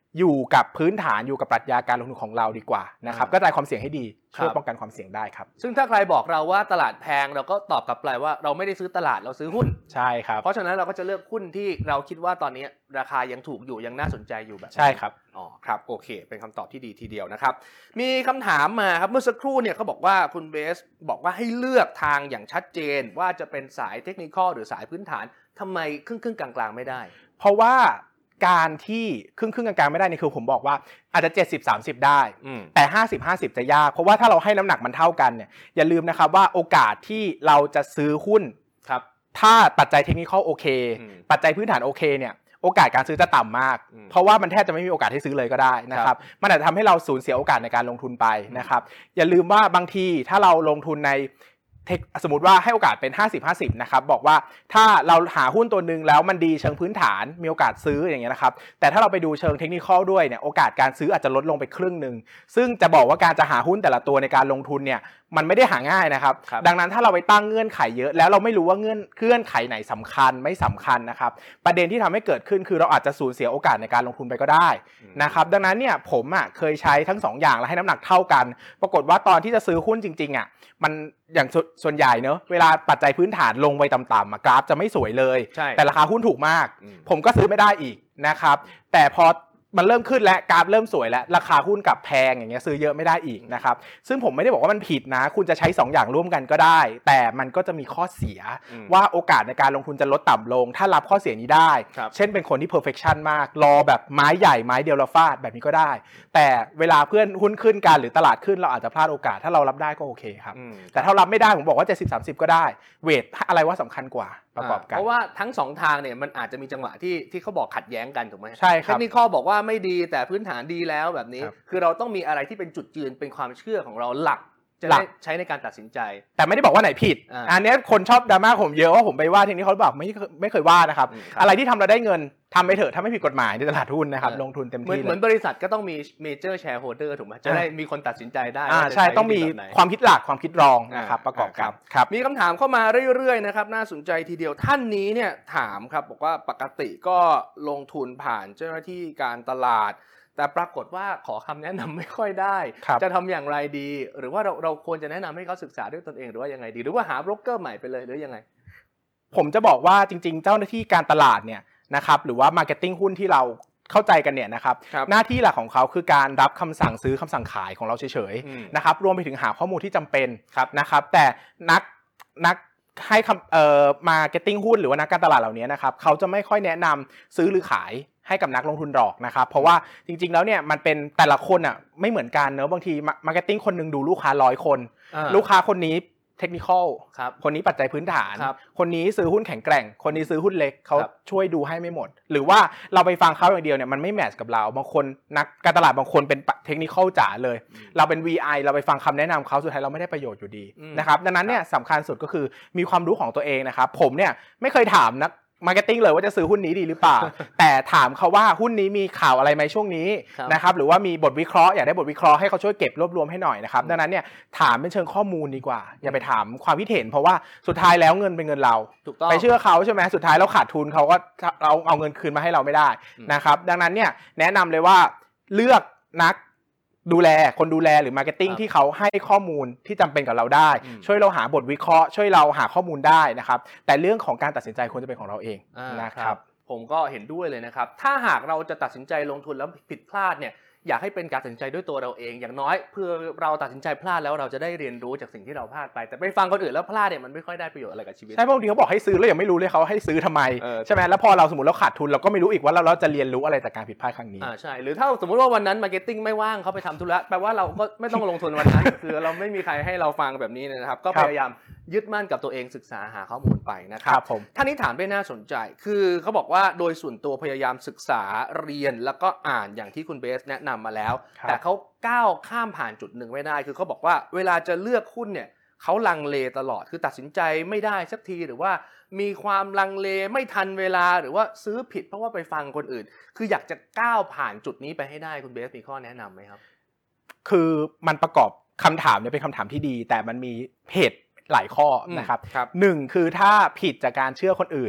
อยู่กับพื้นฐานอยู่กับปรัชญาการลงทุนของเราดีกว่านะครับกระจายความเสี่ยงให้ดีช่วยป้องกันความเสี่ยงได้ครับซึ่งถ้าใครบอกเราว่าตลาดแพงเราก็ตอบกลับไปว่าเราไม่ได้ซื้อตลาดเราซื้อหุ้นใช่ครับเพราะฉะนั้นเราก็จะเลือกหุ้นที่เราคิดว่าตอนนี้ราคายังถูกอยู่ยังน่าสนใจอยู่แบบใช่ครับอ๋อครับโอเคเป็นคำตอบที่ดีทีเดียวนะครับมีคำถามมาครับเมื่อสักครู่เนี่ยเขาบอกว่าคุณเบสบอกว่าให้เลือกทางอย่างชัดเจนว่าจะเป็นสายเทคนิคอลหรือสายพื้นฐานทำไมครึ่งๆกลางๆไม่ได้เพราะว่าการที่ครึ่งๆกลางๆไม่ได้นี่คือผมบอกว่าอาจจะเจ็ดสิบ สามสิบได้แต่ห้าสิบ ห้าสิบจะยากเพราะว่าถ้าเราให้น้ำหนักมันเท่ากันเนี่ยอย่าลืมนะครับว่าโอกาสที่เราจะซื้อหุ้นครับถ้าปัจจัยเทคนิคโอเคปัจจัยพื้นฐานโอเคเนี่ยโอกาสการซื้อจะต่ำมากเพราะว่ามันแทบจะไม่มีโอกาสให้ซื้อเลยก็ได้นะครับมันอาจจะทำให้เราสูญเสียโอกาสในการลงทุนไปนะครับอย่าลืมว่าบางทีถ้าเราลงทุนในสมมติว่าให้โอกาสเป็นห้าสิบ ห้าสิบนะครับบอกว่าถ้าเราหาหุ้นตัวนึงแล้วมันดีเชิงพื้นฐานมีโอกาสซื้ออย่างเงี้ยนะครับแต่ถ้าเราไปดูเชิงเทคนิคด้วยเนี่ยโอกาสการซื้ออาจจะลดลงไปครึ่งนึงซึ่งจะบอกว่าการจะหาหุ้นแต่ละตัวในการลงทุนเนี่ยมันไม่ได้หาง่ายนะครับดังนั้นถ้าเราไปตั้งเงื่อนไขเยอะแล้วเราไม่รู้ว่าเงื่อนเงื่อนไขไหนสำคัญไม่สำคัญนะครับประเด็นที่ทำให้เกิดขึ้นคือเราอาจจะสูญเสียโอกาสในการลงทุนไปก็ได้นะครับดังนั้นเนี่ยผมอ่ะเคยใช้ทั้งสองอย่างและให้น้ำหนักเท่ากันปรากฏว่าตอนที่จะซื้อหุ้นจริงๆอ่ะมันอย่างส่วนใหญ่เนอะเวลาปัจจัยพื้นฐานลงไปต่ำๆกราฟจะไม่สวยเลยแต่ราคาหุ้นถูกมากผมก็ซื้อไม่ได้อีกนะครับแต่พอมันเริ่มขึ้นและกราฟเริ่มสวยแล้วราคาหุ้นกลับแพงอย่างเงี้ยซื้อเยอะไม่ได้อีกนะครับซึ่งผมไม่ได้บอกว่ามันผิดนะคุณจะใช้สองอย่างร่วมกันก็ได้แต่มันก็จะมีข้อเสียว่าโอกาสในการลงทุนจะลดต่ำลงถ้ารับข้อเสียนี้ได้เช่นเป็นคนที่ perfection มากรอแบบไม้ใหญ่ไม้เดียวละฟาดแบบนี้ก็ได้แต่เวลาเพื่อนหุ้นขึ้นกันหรือตลาดขึ้นเราอาจจะพลาดโอกาสถ้าเรารับได้ก็โอเคครับแต่ถ้ารับไม่ได้ผมบอกว่าเจ็ดสิบ สามสิบก็ได้เวทอะไรว่าสำคัญกว่าประกอบกันเพราะว่าทั้งสองทางเนี่ยมันอาจจะมีจังหวะที่ที่เขาบอกขัดแย้งกันถูกไหมใช่ครับเทคนิคอลบอกว่าไม่ดีแต่พื้นฐานดีแล้วแบบนี้คือเราต้องมีอะไรที่เป็นจุดยืนเป็นความเชื่อของเราหลักจะได้ใช้ในการตัดสินใจแต่ไม่ได้บอกว่าไหนผิดอันนี้คนชอบดราม่าผมเยอะว่าผมไปว่าเทคนิคอลบอกไม่ไม่เคยว่านะครับอะไรที่ทำเราได้เงินทำไปเถอะถ้าไม่ผิดกฎหมายในตลาดหุ้นนะครับลงทุนเต็มที่เลยเหมือนบริษัทก็ต้องมี major shareholder ถูกไหมจะได้มีคนตัดสินใจได้ใช่ต้องมีความคิดหลักความคิดรองนะครับประกอบกันครับมีคำถามเข้ามาเรื่อยๆนะครับน่าสนใจทีเดียวท่านนี้เนี่ยถามครับบอกว่าปกติก็ลงทุนผ่านเจ้าหน้าที่การตลาดแต่ปรากฏว่าขอคำแนะนำไม่ค่อยได้จะทำอย่างไรดีหรือว่าเราเราควรจะแนะนำให้เขาศึกษาด้วยตนเองหรือว่ายังไงดีหรือว่าหาโบรกเกอร์ใหม่ไปเลยหรือยังไงผมจะบอกว่าจริงๆเจ้าหน้าที่การตลาดเนี่ยนะครับหรือว่า marketing หุ้นที่เราเข้าใจกันเนี่ยนะครับหน้าที่หลักของเขาคือการรับคำสั่งซื้อคำสั่งขายของเราเฉยๆนะครับรวมไปถึงหาข้อมูลที่จำเป็นนะครับแต่นักนักให้คำเอ่อ marketing หุ้นหรือว่านักการตลาดเหล่านี้นะครับเขาจะไม่ค่อยแนะนำซื้อหรือขายให้กับนักลงทุนหรอกนะครับเพราะว่าจริงๆแล้วเนี่ยมันเป็นแต่ละคนอ่ะไม่เหมือนกันเนอะบางที marketing คนนึงดูลูกค้าร้อยคนลูกค้าคนนี้เทคนิคอลคนนี้ปัจจัยพื้นฐานคนนี้ซื้อหุ้นแข็งแกร่งคนนี้ซื้อหุ้นเล็กเขาช่วยดูให้ไม่หมดหรือว่าเราไปฟังเขาอย่างเดียวเนี่ยมันไม่แมทช์กับเราบางคนนักการตลาดบางคนเป็นเทคนิคอลจ๋าเลยเราเป็น วี ไอ เราไปฟังคำแนะนำเขาสุดท้ายเราไม่ได้ประโยชน์อยู่ดีนะครับดังนั้นเนี่ยสำคัญสุดก็คือมีความรู้ของตัวเองนะครับผมเนี่ยไม่เคยถามนักมาร์เก็ตติ้งเลยว่าจะซื้อหุ้นนี้ดีหรือเปล่า แต่ถามเขาว่าหุ้นนี้มีข่าวอะไรไหมช่วงนี้นะครับหรือว่ามีบทวิเคราะห์อยากได้บทวิเคราะห์ให้เขาช่วยเก็บรวบรวมให้หน่อยนะครับดังนั้นเนี่ยถามเป็นเชิงข้อมูลดีกว่าอย่าไปถามความคิดเห็นเพราะว่าสุดท้ายแล้วเงินเป็นเงินเราไปเชื่อเขาใช่ไหมสุดท้ายเราขาดทุนเขาก็เราเอาเงินคืนมาให้เราไม่ได้นะครับดังนั้นเนี่ยแนะนำเลยว่าเลือกนักดูแลคนดูแลหรือมาร์เก็ตติ้งที่เขาให้ข้อมูลที่จำเป็นกับเราได้ช่วยเราหาบทวิเคราะห์ช่วยเราหาข้อมูลได้นะครับแต่เรื่องของการตัดสินใจควรจะเป็นของเราเองนะครับผมก็เห็นด้วยเลยนะครับถ้าหากเราจะตัดสินใจลงทุนแล้วผิดพลาดเนี่ยอยากให้เป็นการตัดสินใจด้วยตัวเราเองอย่างน้อยเพื่อเราตัดสินใจพลาดแล้วเราจะได้เรียนรู้จากสิ่งที่เราพลาดไปแต่ไปฟังคนอื่นแล้วพลาดเนี่ยมันไม่ค่อยได้ประโยชน์อะไรกับชีวิตใช่บางทีเขาบอกให้ซื้อแล้วยังไม่รู้เลยเขาให้ซื้อทำไมใช่ไหมแล้วพอเราสมมติเราขาดทุนเราก็ไม่รู้อีกว่าเราจะเรียนรู้อะไรจากการผิดพลาดครั้งนี้อ่าใช่หรือถ้าสมมติว่าวันนั้นมาร์เก็ตติ้งไม่ว่างเขาไปทำธุระแปลว่าเราก็ไม่ต้องลงทุนวันนั้น คือเราไม่มีใครให้เราฟังแบบนี้นะครับก็พยายามยึดมั่นกับตัวเองศึกษาหาข้อมูลไปนะครับท่านนี้ถามได้น่าสนใจคือเขาบอกว่าโดยส่วนตัวพยายามศึกษาเรียนแล้วก็อ่านอย่างที่คุณเบสแนะนำมาแล้วแต่เขาก้าวข้ามผ่านจุดหนึ่งไม่ได้คือเขาบอกว่าเวลาจะเลือกหุ้นเนี่ยเขาลังเลตลอดคือตัดสินใจไม่ได้สักทีหรือว่ามีความลังเลไม่ทันเวลาหรือว่าซื้อผิดเพราะว่าไปฟังคนอื่นคืออยากจะก้าวผ่านจุดนี้ไปให้ได้คุณเบสมีข้อแนะนำไหมครับคือมันประกอบคำถามเนี่ยเป็นคำถามที่ดีแต่มันมีเหตุหลายข้อนะครับหนึ่งคือถ้าผิดจากการเชื่อคนอื่น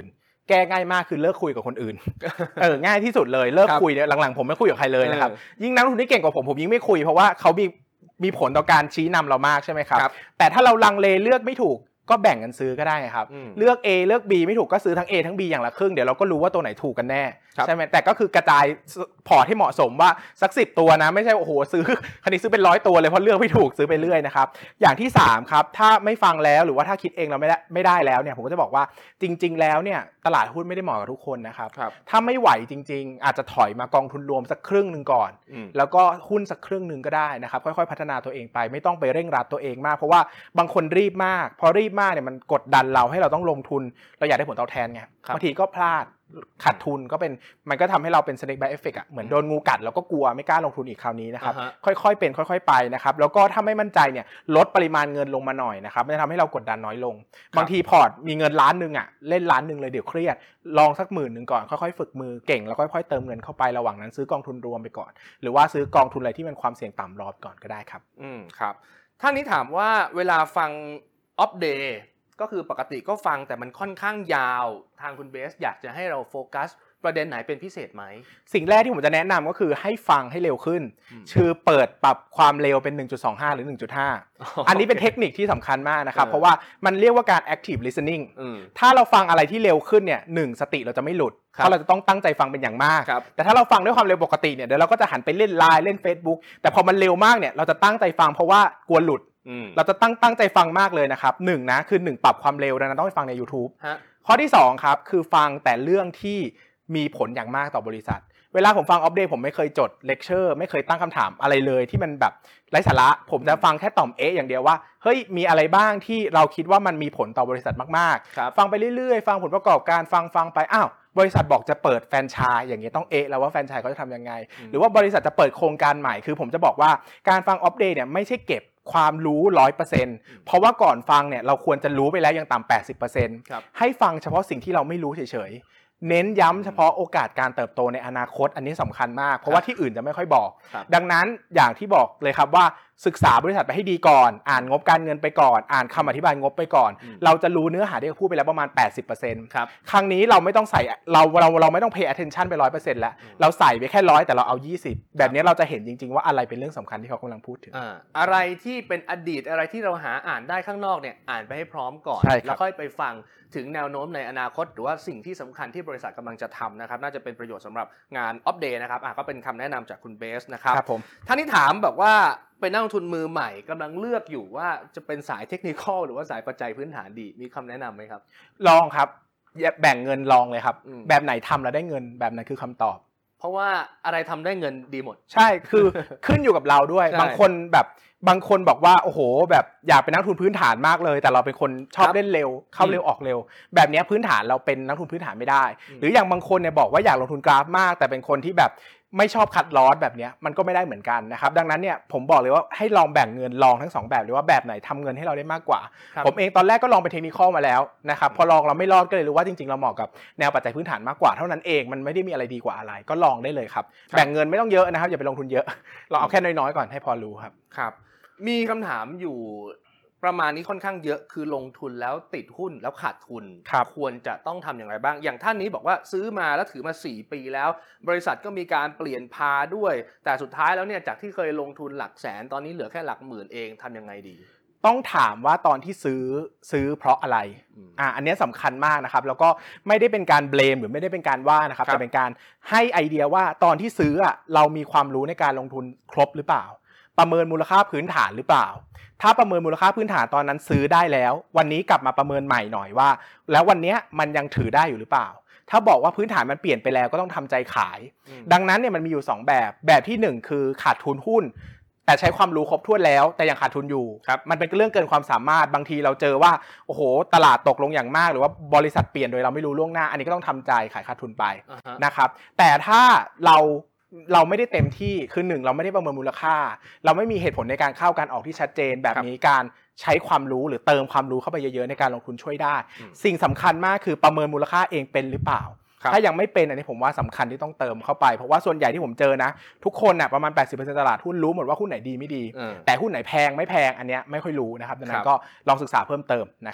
แก้ง่ายมากคือเลิกคุยกับคนอื่นเออง่ายที่สุดเลยเลิกคุยเนี่ยหลังๆผมไม่คุยกับใครเลยนะครับยิ่งนักลงทุนที่เก่งกว่าผมผมยิ่งไม่คุยเพราะว่าเขามีมีผลต่อการชี้นำเรามากใช่ไหมครับแต่ถ้าเราลังเลเลือกไม่ถูกก็แบ่งกันซื้อก็ได้ครับเลือก A เลือก B ไม่ถูกก็ซื้อทั้ง A ทั้ง B อย่างละครึ่งเดี๋ยวเราก็รู้ว่าตัวไหนถูกกันแน่ใช่ไหมแต่ก็คือกระจายพอร์ตให้เหมาะสมว่าสักสิบตัวนะไม่ใช่โอ้โหซื้อคันนี้ซื้อเป็นร้อยตัวเลยเพราะเลือกไม่ถูกซื้อไปเรื่อยนะครับอย่างที่สามครับถ้าไม่ฟังแล้วหรือว่าถ้าคิดเองเราไม่ได้ไม่ได้แล้วเนี่ยผมก็จะบอกว่าจริงๆแล้วเนี่ยตลาดหุ้นไม่ได้เหมาะกับทุกคนนะครับถ้าไม่ไหวจริงๆอาจจะถอยมากองทุนรวมสักครึ่งนึงก่อนแล้วก็หุ้นสักครึ่งนึงก็ได้นะครับค่อยๆพัฒนาตัวเองไปไม่ต้องไปเร่งรัดตัวเองมากเพราะว่าบางคนรีบมากพอรีบมากเนี่ยมันกดดันเราให้เราต้องลงทุนเราอยากได้ผลตอบแทนไงบางทีก็พลาดขาดทุนก็เป็นมันก็ทำให้เราเป็น snake bite effect อ่ะเหมือนโดนงูกัดแล้วก็กลัวไม่กล้าลงทุนอีกคราวนี้นะครับค่อยๆเป็นค่อยๆไปนะครับแล้วก็ถ้าไม่มั่นใจเนี่ยลดปริมาณเงินลงมาหน่อยนะครับมันจะทำให้เรากดดันน้อยลงบางทีพอร์ตมีเงินล้านนึงอ่ะเล่นล้านนึงเลยเดี๋ยวเครียดลองสักหมื่นนึงก่อนค่อยๆฝึกมือเก่งแล้วค่อยๆเติมเงินเข้าไประหว่างนั้นซื้อกองทุนรวมไปก่อนหรือว่าซื้อกองทุนอะไรที่มันความเสี่ยงต่ำรอก่อนก็ได้ครับอืมครับท่านนี้ถามว่าเวลาฟัง Off Dayก็คือปกติก็ฟังแต่มันค่อนข้างยาวทางคุณเบสอยากจะให้เราโฟกัสประเด็นไหนเป็นพิเศษไหมสิ่งแรกที่ผมจะแนะนำก็คือให้ฟังให้เร็วขึ้นคือเปิดปรับความเร็วเป็น หนึ่งจุดสองห้า หรือ หนึ่งจุดห้า อันนี้เป็นเทคนิคที่สำคัญมากนะครับเพราะว่ามันเรียกว่าการ active listening ถ้าเราฟังอะไรที่เร็วขึ้นเนี่ยหนึ่งสติเราจะไม่หลุดเพราะเราจะต้องตั้งใจฟังเป็นอย่างมากแต่ถ้าเราฟังด้วยความเร็วปกติเนี่ยเดี๋ยวเราก็จะหันไปเล่น ไลน์ เล่น Facebook แต่พอมันเร็วมากเนี่ยเราจะตั้งใจฟังเพราะว่ากลัวหลุดเราจะตั้งตั้งใจฟังมากเลยนะครับหนึ่งนะคือหนึ่งปรับความเร็วดังนั้นต้องไปฟังใน YouTube ข้อที่สองครับคือฟังแต่เรื่องที่มีผลอย่างมากต่อบริษัทเวลาผมฟังอัปเดตผมไม่เคยจดเลคเชอร์ไม่เคยตั้งคำถามอะไรเลยที่มันแบบไร้สาระผมจะฟังแค่ต่อมเอะอย่างเดียวว่าเฮ้ยมีอะไรบ้างที่เราคิดว่ามันมีผลต่อบริษัทมากๆฟังไปเรื่อยๆฟังผลประกอบการฟังฟังไปอ้าวบริษัทบอกจะเปิดแฟรนไชส์อย่างนี้ต้องเอะแล้วว่าแฟรนไชส์เขาจะทำยังไงหรือว่าบริษัทจะเปิดโครงการใหม่คือผมจะบอกว่าการฟังอัปเดตเนี่ยไม่ใช่เก็บความรู้ ร้อยเปอร์เซ็นต์ เพราะว่าก่อนฟังเนี่ยเราควรจะรู้ไปแล้วอย่างต่ำ แปดสิบเปอร์เซ็นต์ ให้ฟังเฉพาะสิ่งที่เราไม่รู้เฉยๆเน้นย้ำเฉพาะโอกาสการเติบโตในอนาคตอันนี้สำคัญมากเพราะว่าที่อื่นจะไม่ค่อยบอกดังนั้นอย่างที่บอกเลยครับว่าศึกษาบริษัทไปให้ดีก่อนอ่านงบการเงินไปก่อนอ่านคำอธิบายงบไปก่อนเราจะรู้เนื้อหาที่เขาพูดไปแล้วประมาณ แปดสิบเปอร์เซ็นต์ ครับครั้งนี้เราไม่ต้องใส่เราเราเราไม่ต้อง pay attention ไป ร้อยเปอร์เซ็นต์ แล้วเราใส่ไปแค่ร้อยแต่เราเอายี่สิบแบบนี้เราจะเห็นจริงๆว่าอะไรเป็นเรื่องสำคัญที่เขากำลังพูดถึงอ่าอะไรที่เป็นอดีตอะไรที่เราหาอ่านได้ข้างนอกเนี่ยอ่านไปให้พร้อมก่อนแล้วค่อยไปฟังถึงแนวโน้มในอนาคตหรือว่าสิ่งที่สำคัญที่บริษัทกำลังจะทำนะครับน่าจะเป็นประโยชน์สำหรับงานอัปเดตนะครับอ่ะก็เป็นคำแนะนำจากคุณเบสนะครับครับผมท่านที่ถามแบบว่าเป็นนักลงทุนมือใหม่กำลังเลือกอยู่ว่าจะเป็นสายเทคนิคอลหรือว่าสายปัจจัยพื้นฐานดีมีคำแนะนำไหมครับลองครับแบ่งเงินลองเลยครับแบบไหนทำแล้วได้เงินแบบนั้นคือคำตอบเพราะว่าอะไรทำได้เงินดีหมดใช่คือขึ้นอยู่กับเราด้วยบางคนแบบบางคนบอกว่าโอ้โหแบบอยากเป็นนักทุนพื้นฐานมากเลยแต่เราเป็นคนชอบเล่นเร็วเข้าเร็วออกเร็วแบบนี้พื้นฐานเราเป็นนักทุนพื้นฐานไม่ได้หรืออย่างบางคนเนี่ยบอกว่าอยากลงทุนกราฟมากแต่เป็นคนที่แบบไม่ชอบคัดลอสแบบนี้มันก็ไม่ได้เหมือนกันนะครับดังนั้นเนี่ยผมบอกเลยว่าให้ลองแบ่งเงินลองทั้งสองแบบเลยว่าแบบไหนทำเงินให้เราได้มากกว่าผมเองตอนแรกก็ลองเป็นเทคนิคอลมาแล้วนะครับพอลองเราไม่รอดก็เลยรู้ว่าจริงๆเราเหมาะกับแนวปัจจัยพื้นฐานมากกว่าเท่านั้นเองมันไม่ได้มีอะไรดีกว่าอะไรก็ลองได้เลยครับแบ่งเงินไม่ต้องเยอะนะครับอย่าไปลงทุนเยอะเราเอาแค่น้อยๆก่อนให้พอรู้ครับครับมีคำถามอยู่ประมาณนี้ค่อนข้างเยอะคือลงทุนแล้วติดหุ้นแล้วขาดทุนควรจะต้องทำอย่างไรบ้างอย่างท่านนี้บอกว่าซื้อมาแล้วถือมาสี่ปีแล้วบริษัทก็มีการเปลี่ยนพาด้วยแต่สุดท้ายแล้วเนี่ยจากที่เคยลงทุนหลักแสนตอนนี้เหลือแค่หลักหมื่นเองทำยังไงดีต้องถามว่าตอนที่ซื้อซื้อเพราะอะไรอ่าอันนี้สำคัญมากนะครับแล้วก็ไม่ได้เป็นการเบลมหรือไม่ได้เป็นการว่านะครับแต่เป็นการให้ไอเดียว่าตอนที่ซื้ออ่ะเรามีความรู้ในการลงทุนครบหรือเปล่าประเมินมูลค่าพื้นฐานหรือเปล่าถ้าประเมินมูลค่าพื้นฐานตอนนั้นซื้อได้แล้ววันนี้กลับมาประเมินใหม่หน่อยว่าแล้ววันนี้มันยังถือได้อยู่หรือเปล่าถ้าบอกว่าพื้นฐานมันเปลี่ยนไปแล้วก็ต้องทำใจขายดังนั้นเนี่ยมันมีอยู่สองแบบแบบที่หนึ่งคือขาดทุนหุ้นแต่ใช้ความรู้ครบถ้วนแล้วแต่ยังขาดทุนอยู่มันเป็นเรื่องเกินความสามารถบางทีเราเจอว่าโอ้โหตลาดตกลงอย่างมากหรือว่าบริษัทเปลี่ยนโดยเราไม่รู้ล่วงหน้าอันนี้ก็ต้องทำใจขายขาดทุนไป uh-huh. นะครับแต่ถ้าเราเราไม่ได้เต็มที่คือหนึ่งเราไม่ได้ประเมินมูลค่าเราไม่มีเหตุผลในการเข้าการออกที่ชัดเจนแบบนี้การใช้ความรู้หรือเติมความรู้เข้าไปเยอะๆในการลงทุนช่วยได้สิ่งสำคัญมากคือประเมินมูลค่าเองเป็นหรือเปล่าถ้ายังไม่เป็นอันนี้ผมว่าสำคัญที่ต้องเติมเข้าไปเพราะว่าส่วนใหญ่ที่ผมเจอนะทุกคนน่ะประมาณ แปดสิบเปอร์เซ็นต์ ตลาดหุ้นรู้หมดว่าหุ้นไหนดีไม่ดีแต่หุ้นไหนแพงไม่แพงอันเนี้ยไม่ค่อยรู้นะครับดังนั้นก็ลองศึกษาเพิ่มเติมนะครับ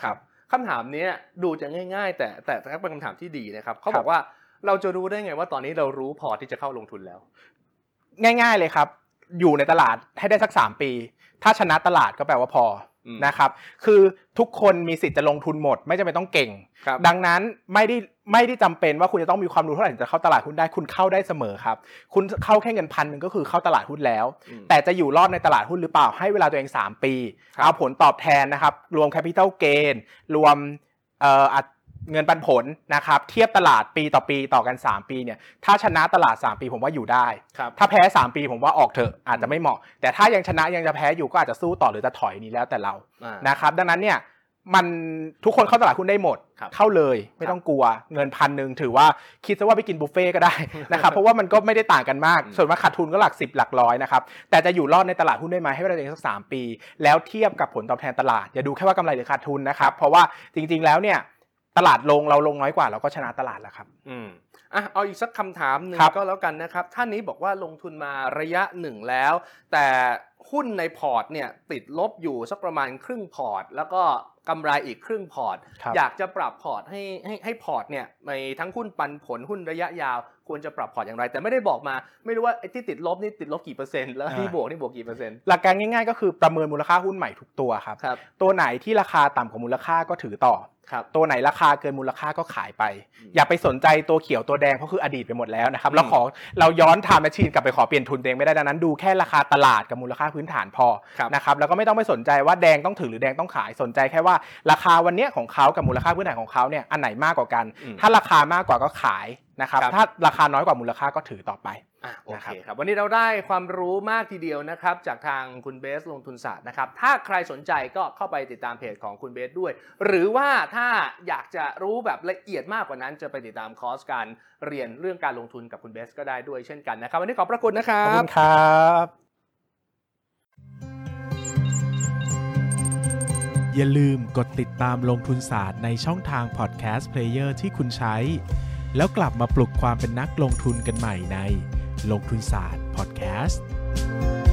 คำถามนี้ดูจะง่ายๆแต่แต่แต่เป็นคำถามที่ดีนะครับเขาบอกว่าเราจะรู้ได้ไงว่าตอนนี้เรารู้พอที่จะเข้าลงทุนแล้วง่ายๆเลยครับอยู่ในตลาดให้ได้สักสามปีถ้าชนะตลาดก็แปลว่าพอนะครับคือทุกคนมีสิทธิ์จะลงทุนหมดไม่จำเป็นต้องเก่งดังนั้นไม่ได้ไม่ได้จำเป็นว่าคุณจะต้องมีความรู้เท่าไหร่ถึงจะเข้าตลาดหุ้นได้คุณเข้าได้เสมอครับคุณเข้าแค่เงินพันหนึ่งก็คือเข้าตลาดหุ้นแล้วแต่จะอยู่รอดในตลาดหุ้นหรือเปล่าให้เวลาตัวเองสามปีเอาผลตอบแทนนะครับรวม capital gain รวมเอ่อเงินปันผลนะครับเทียบตลาดปีต่อปีต่อกันสามปีเนี่ยถ้าชนะตลาดสามปีผมว่าอยู่ได้ถ้าแพ้สามปีผมว่าออกเถอะอาจจะไม่เหมาะแต่ถ้ายังชนะยังจะแพ้อยู่ก็อาจจะสู้ต่อหรือจะถอยนี้แล้วแต่เรานะครับดังนั้นเนี่ยมันทุกคนเข้าตลาดหุ้นได้หมดเข้าเลยไม่ต้องกลัวเงินพันหนึ่งถือว่าคิดซะว่าไปกินบุฟเฟ่ก็ได้นะครับเพราะว่ามันก็ไม่ได้ต่างกันมากส่วนว่าขาดทุนก็หลักสิบหลักร้อยนะครับแต่จะอยู่รอดในตลาดหุ้นได้ไหมให้เวลาตัวเองสักสามปีแล้วเทียบกับผลตอบแทนตลาดอย่าดูแค่ว่ากำไรหรือขาดทุนนะครับเพราะว่าจริงๆแล้วเนี่ยตลาดลงเราลงน้อยกว่าเราก็ชนะตลาดแล้วครับอืมอ่ะเอาอีกสักคำถามหนึ่งก็แล้วกันนะครับท่านนี้บอกว่าลงทุนมาระยะหนึ่งแล้วแต่หุ้นในพอร์ตเนี่ยติดลบอยู่สักประมาณครึ่งพอร์ตแล้วก็กำไรอีกครึ่งพอร์ตอยากจะปรับพอร์ตให้ให้ให้พอร์ตเนี่ยในทั้งหุ้นปันผลหุ้นระยะยาวควรจะปรับพอร์ตอย่างไรแต่ไม่ได้บอกมาไม่รู้ว่าไอ้ที่ติดลบนี่ติดลบกี่เปอร์เซ็นต์แล้วที่บวกนี่บวกกี่เปอร์เซ็นต์หลักการง่ายๆก็คือประเมินมูลค่าหุ้นใหม่ทุกตัวครับตัวไหนที่ราคาต่ำกว่ามูลค่าก็ถือต่อตัวไหนราคาเกินมูลค่าก็ขายไปอย่าไปสนใจตัวเขียวตัวแดงเพราะคืออดีตไปหมดแล้วนะครับแล้วขอเราย้อนไทม์แมชชีนกลับไปขอเปลี่ยนทุนเองไม่ได้ดังนั้นดูแค่ราคาตลาดกับมูลค่าพื้นฐานพอนะครับแล้วก็ไม่ต้องไปสนใจว่าแดงต้องถือหรือแดงต้องขายสนใจแค่ว่าราคาวันนี้ของเขากับมูลค่าพื้นฐานของเขาเนี่ยอันไหนมากกว่ากันถ้าราคามากกว่าก็ขายนะครับถ้าราคาน้อยกว่ามูลค่าก็ถือต่อไปโอเคครับวันนี้เราได้ความรู้มากทีเดียวนะครับจากทางคุณเบสลงทุนศาสตร์นะครับถ้าใครสนใจก็เข้าไปติดตามเพจของคุณเบสด้วยหรือว่าถ้าอยากจะรู้แบบละเอียดมากกว่านั้นจะไปติดตามคอร์สการเรียนเรื่องการลงทุนกับคุณเบสก็ได้ด้วยเช่นกันนะครับวันนี้ขอบพระคุณนะครับขอบคุณครับอย่าลืมกดติดตามลงทุนศาสตร์ในช่องทางพอดแคสต์เพลเยอร์ที่คุณใช้แล้วกลับมาปลุกความเป็นนักลงทุนกันใหม่ในลงทุนศาสตร์พอดแคสต์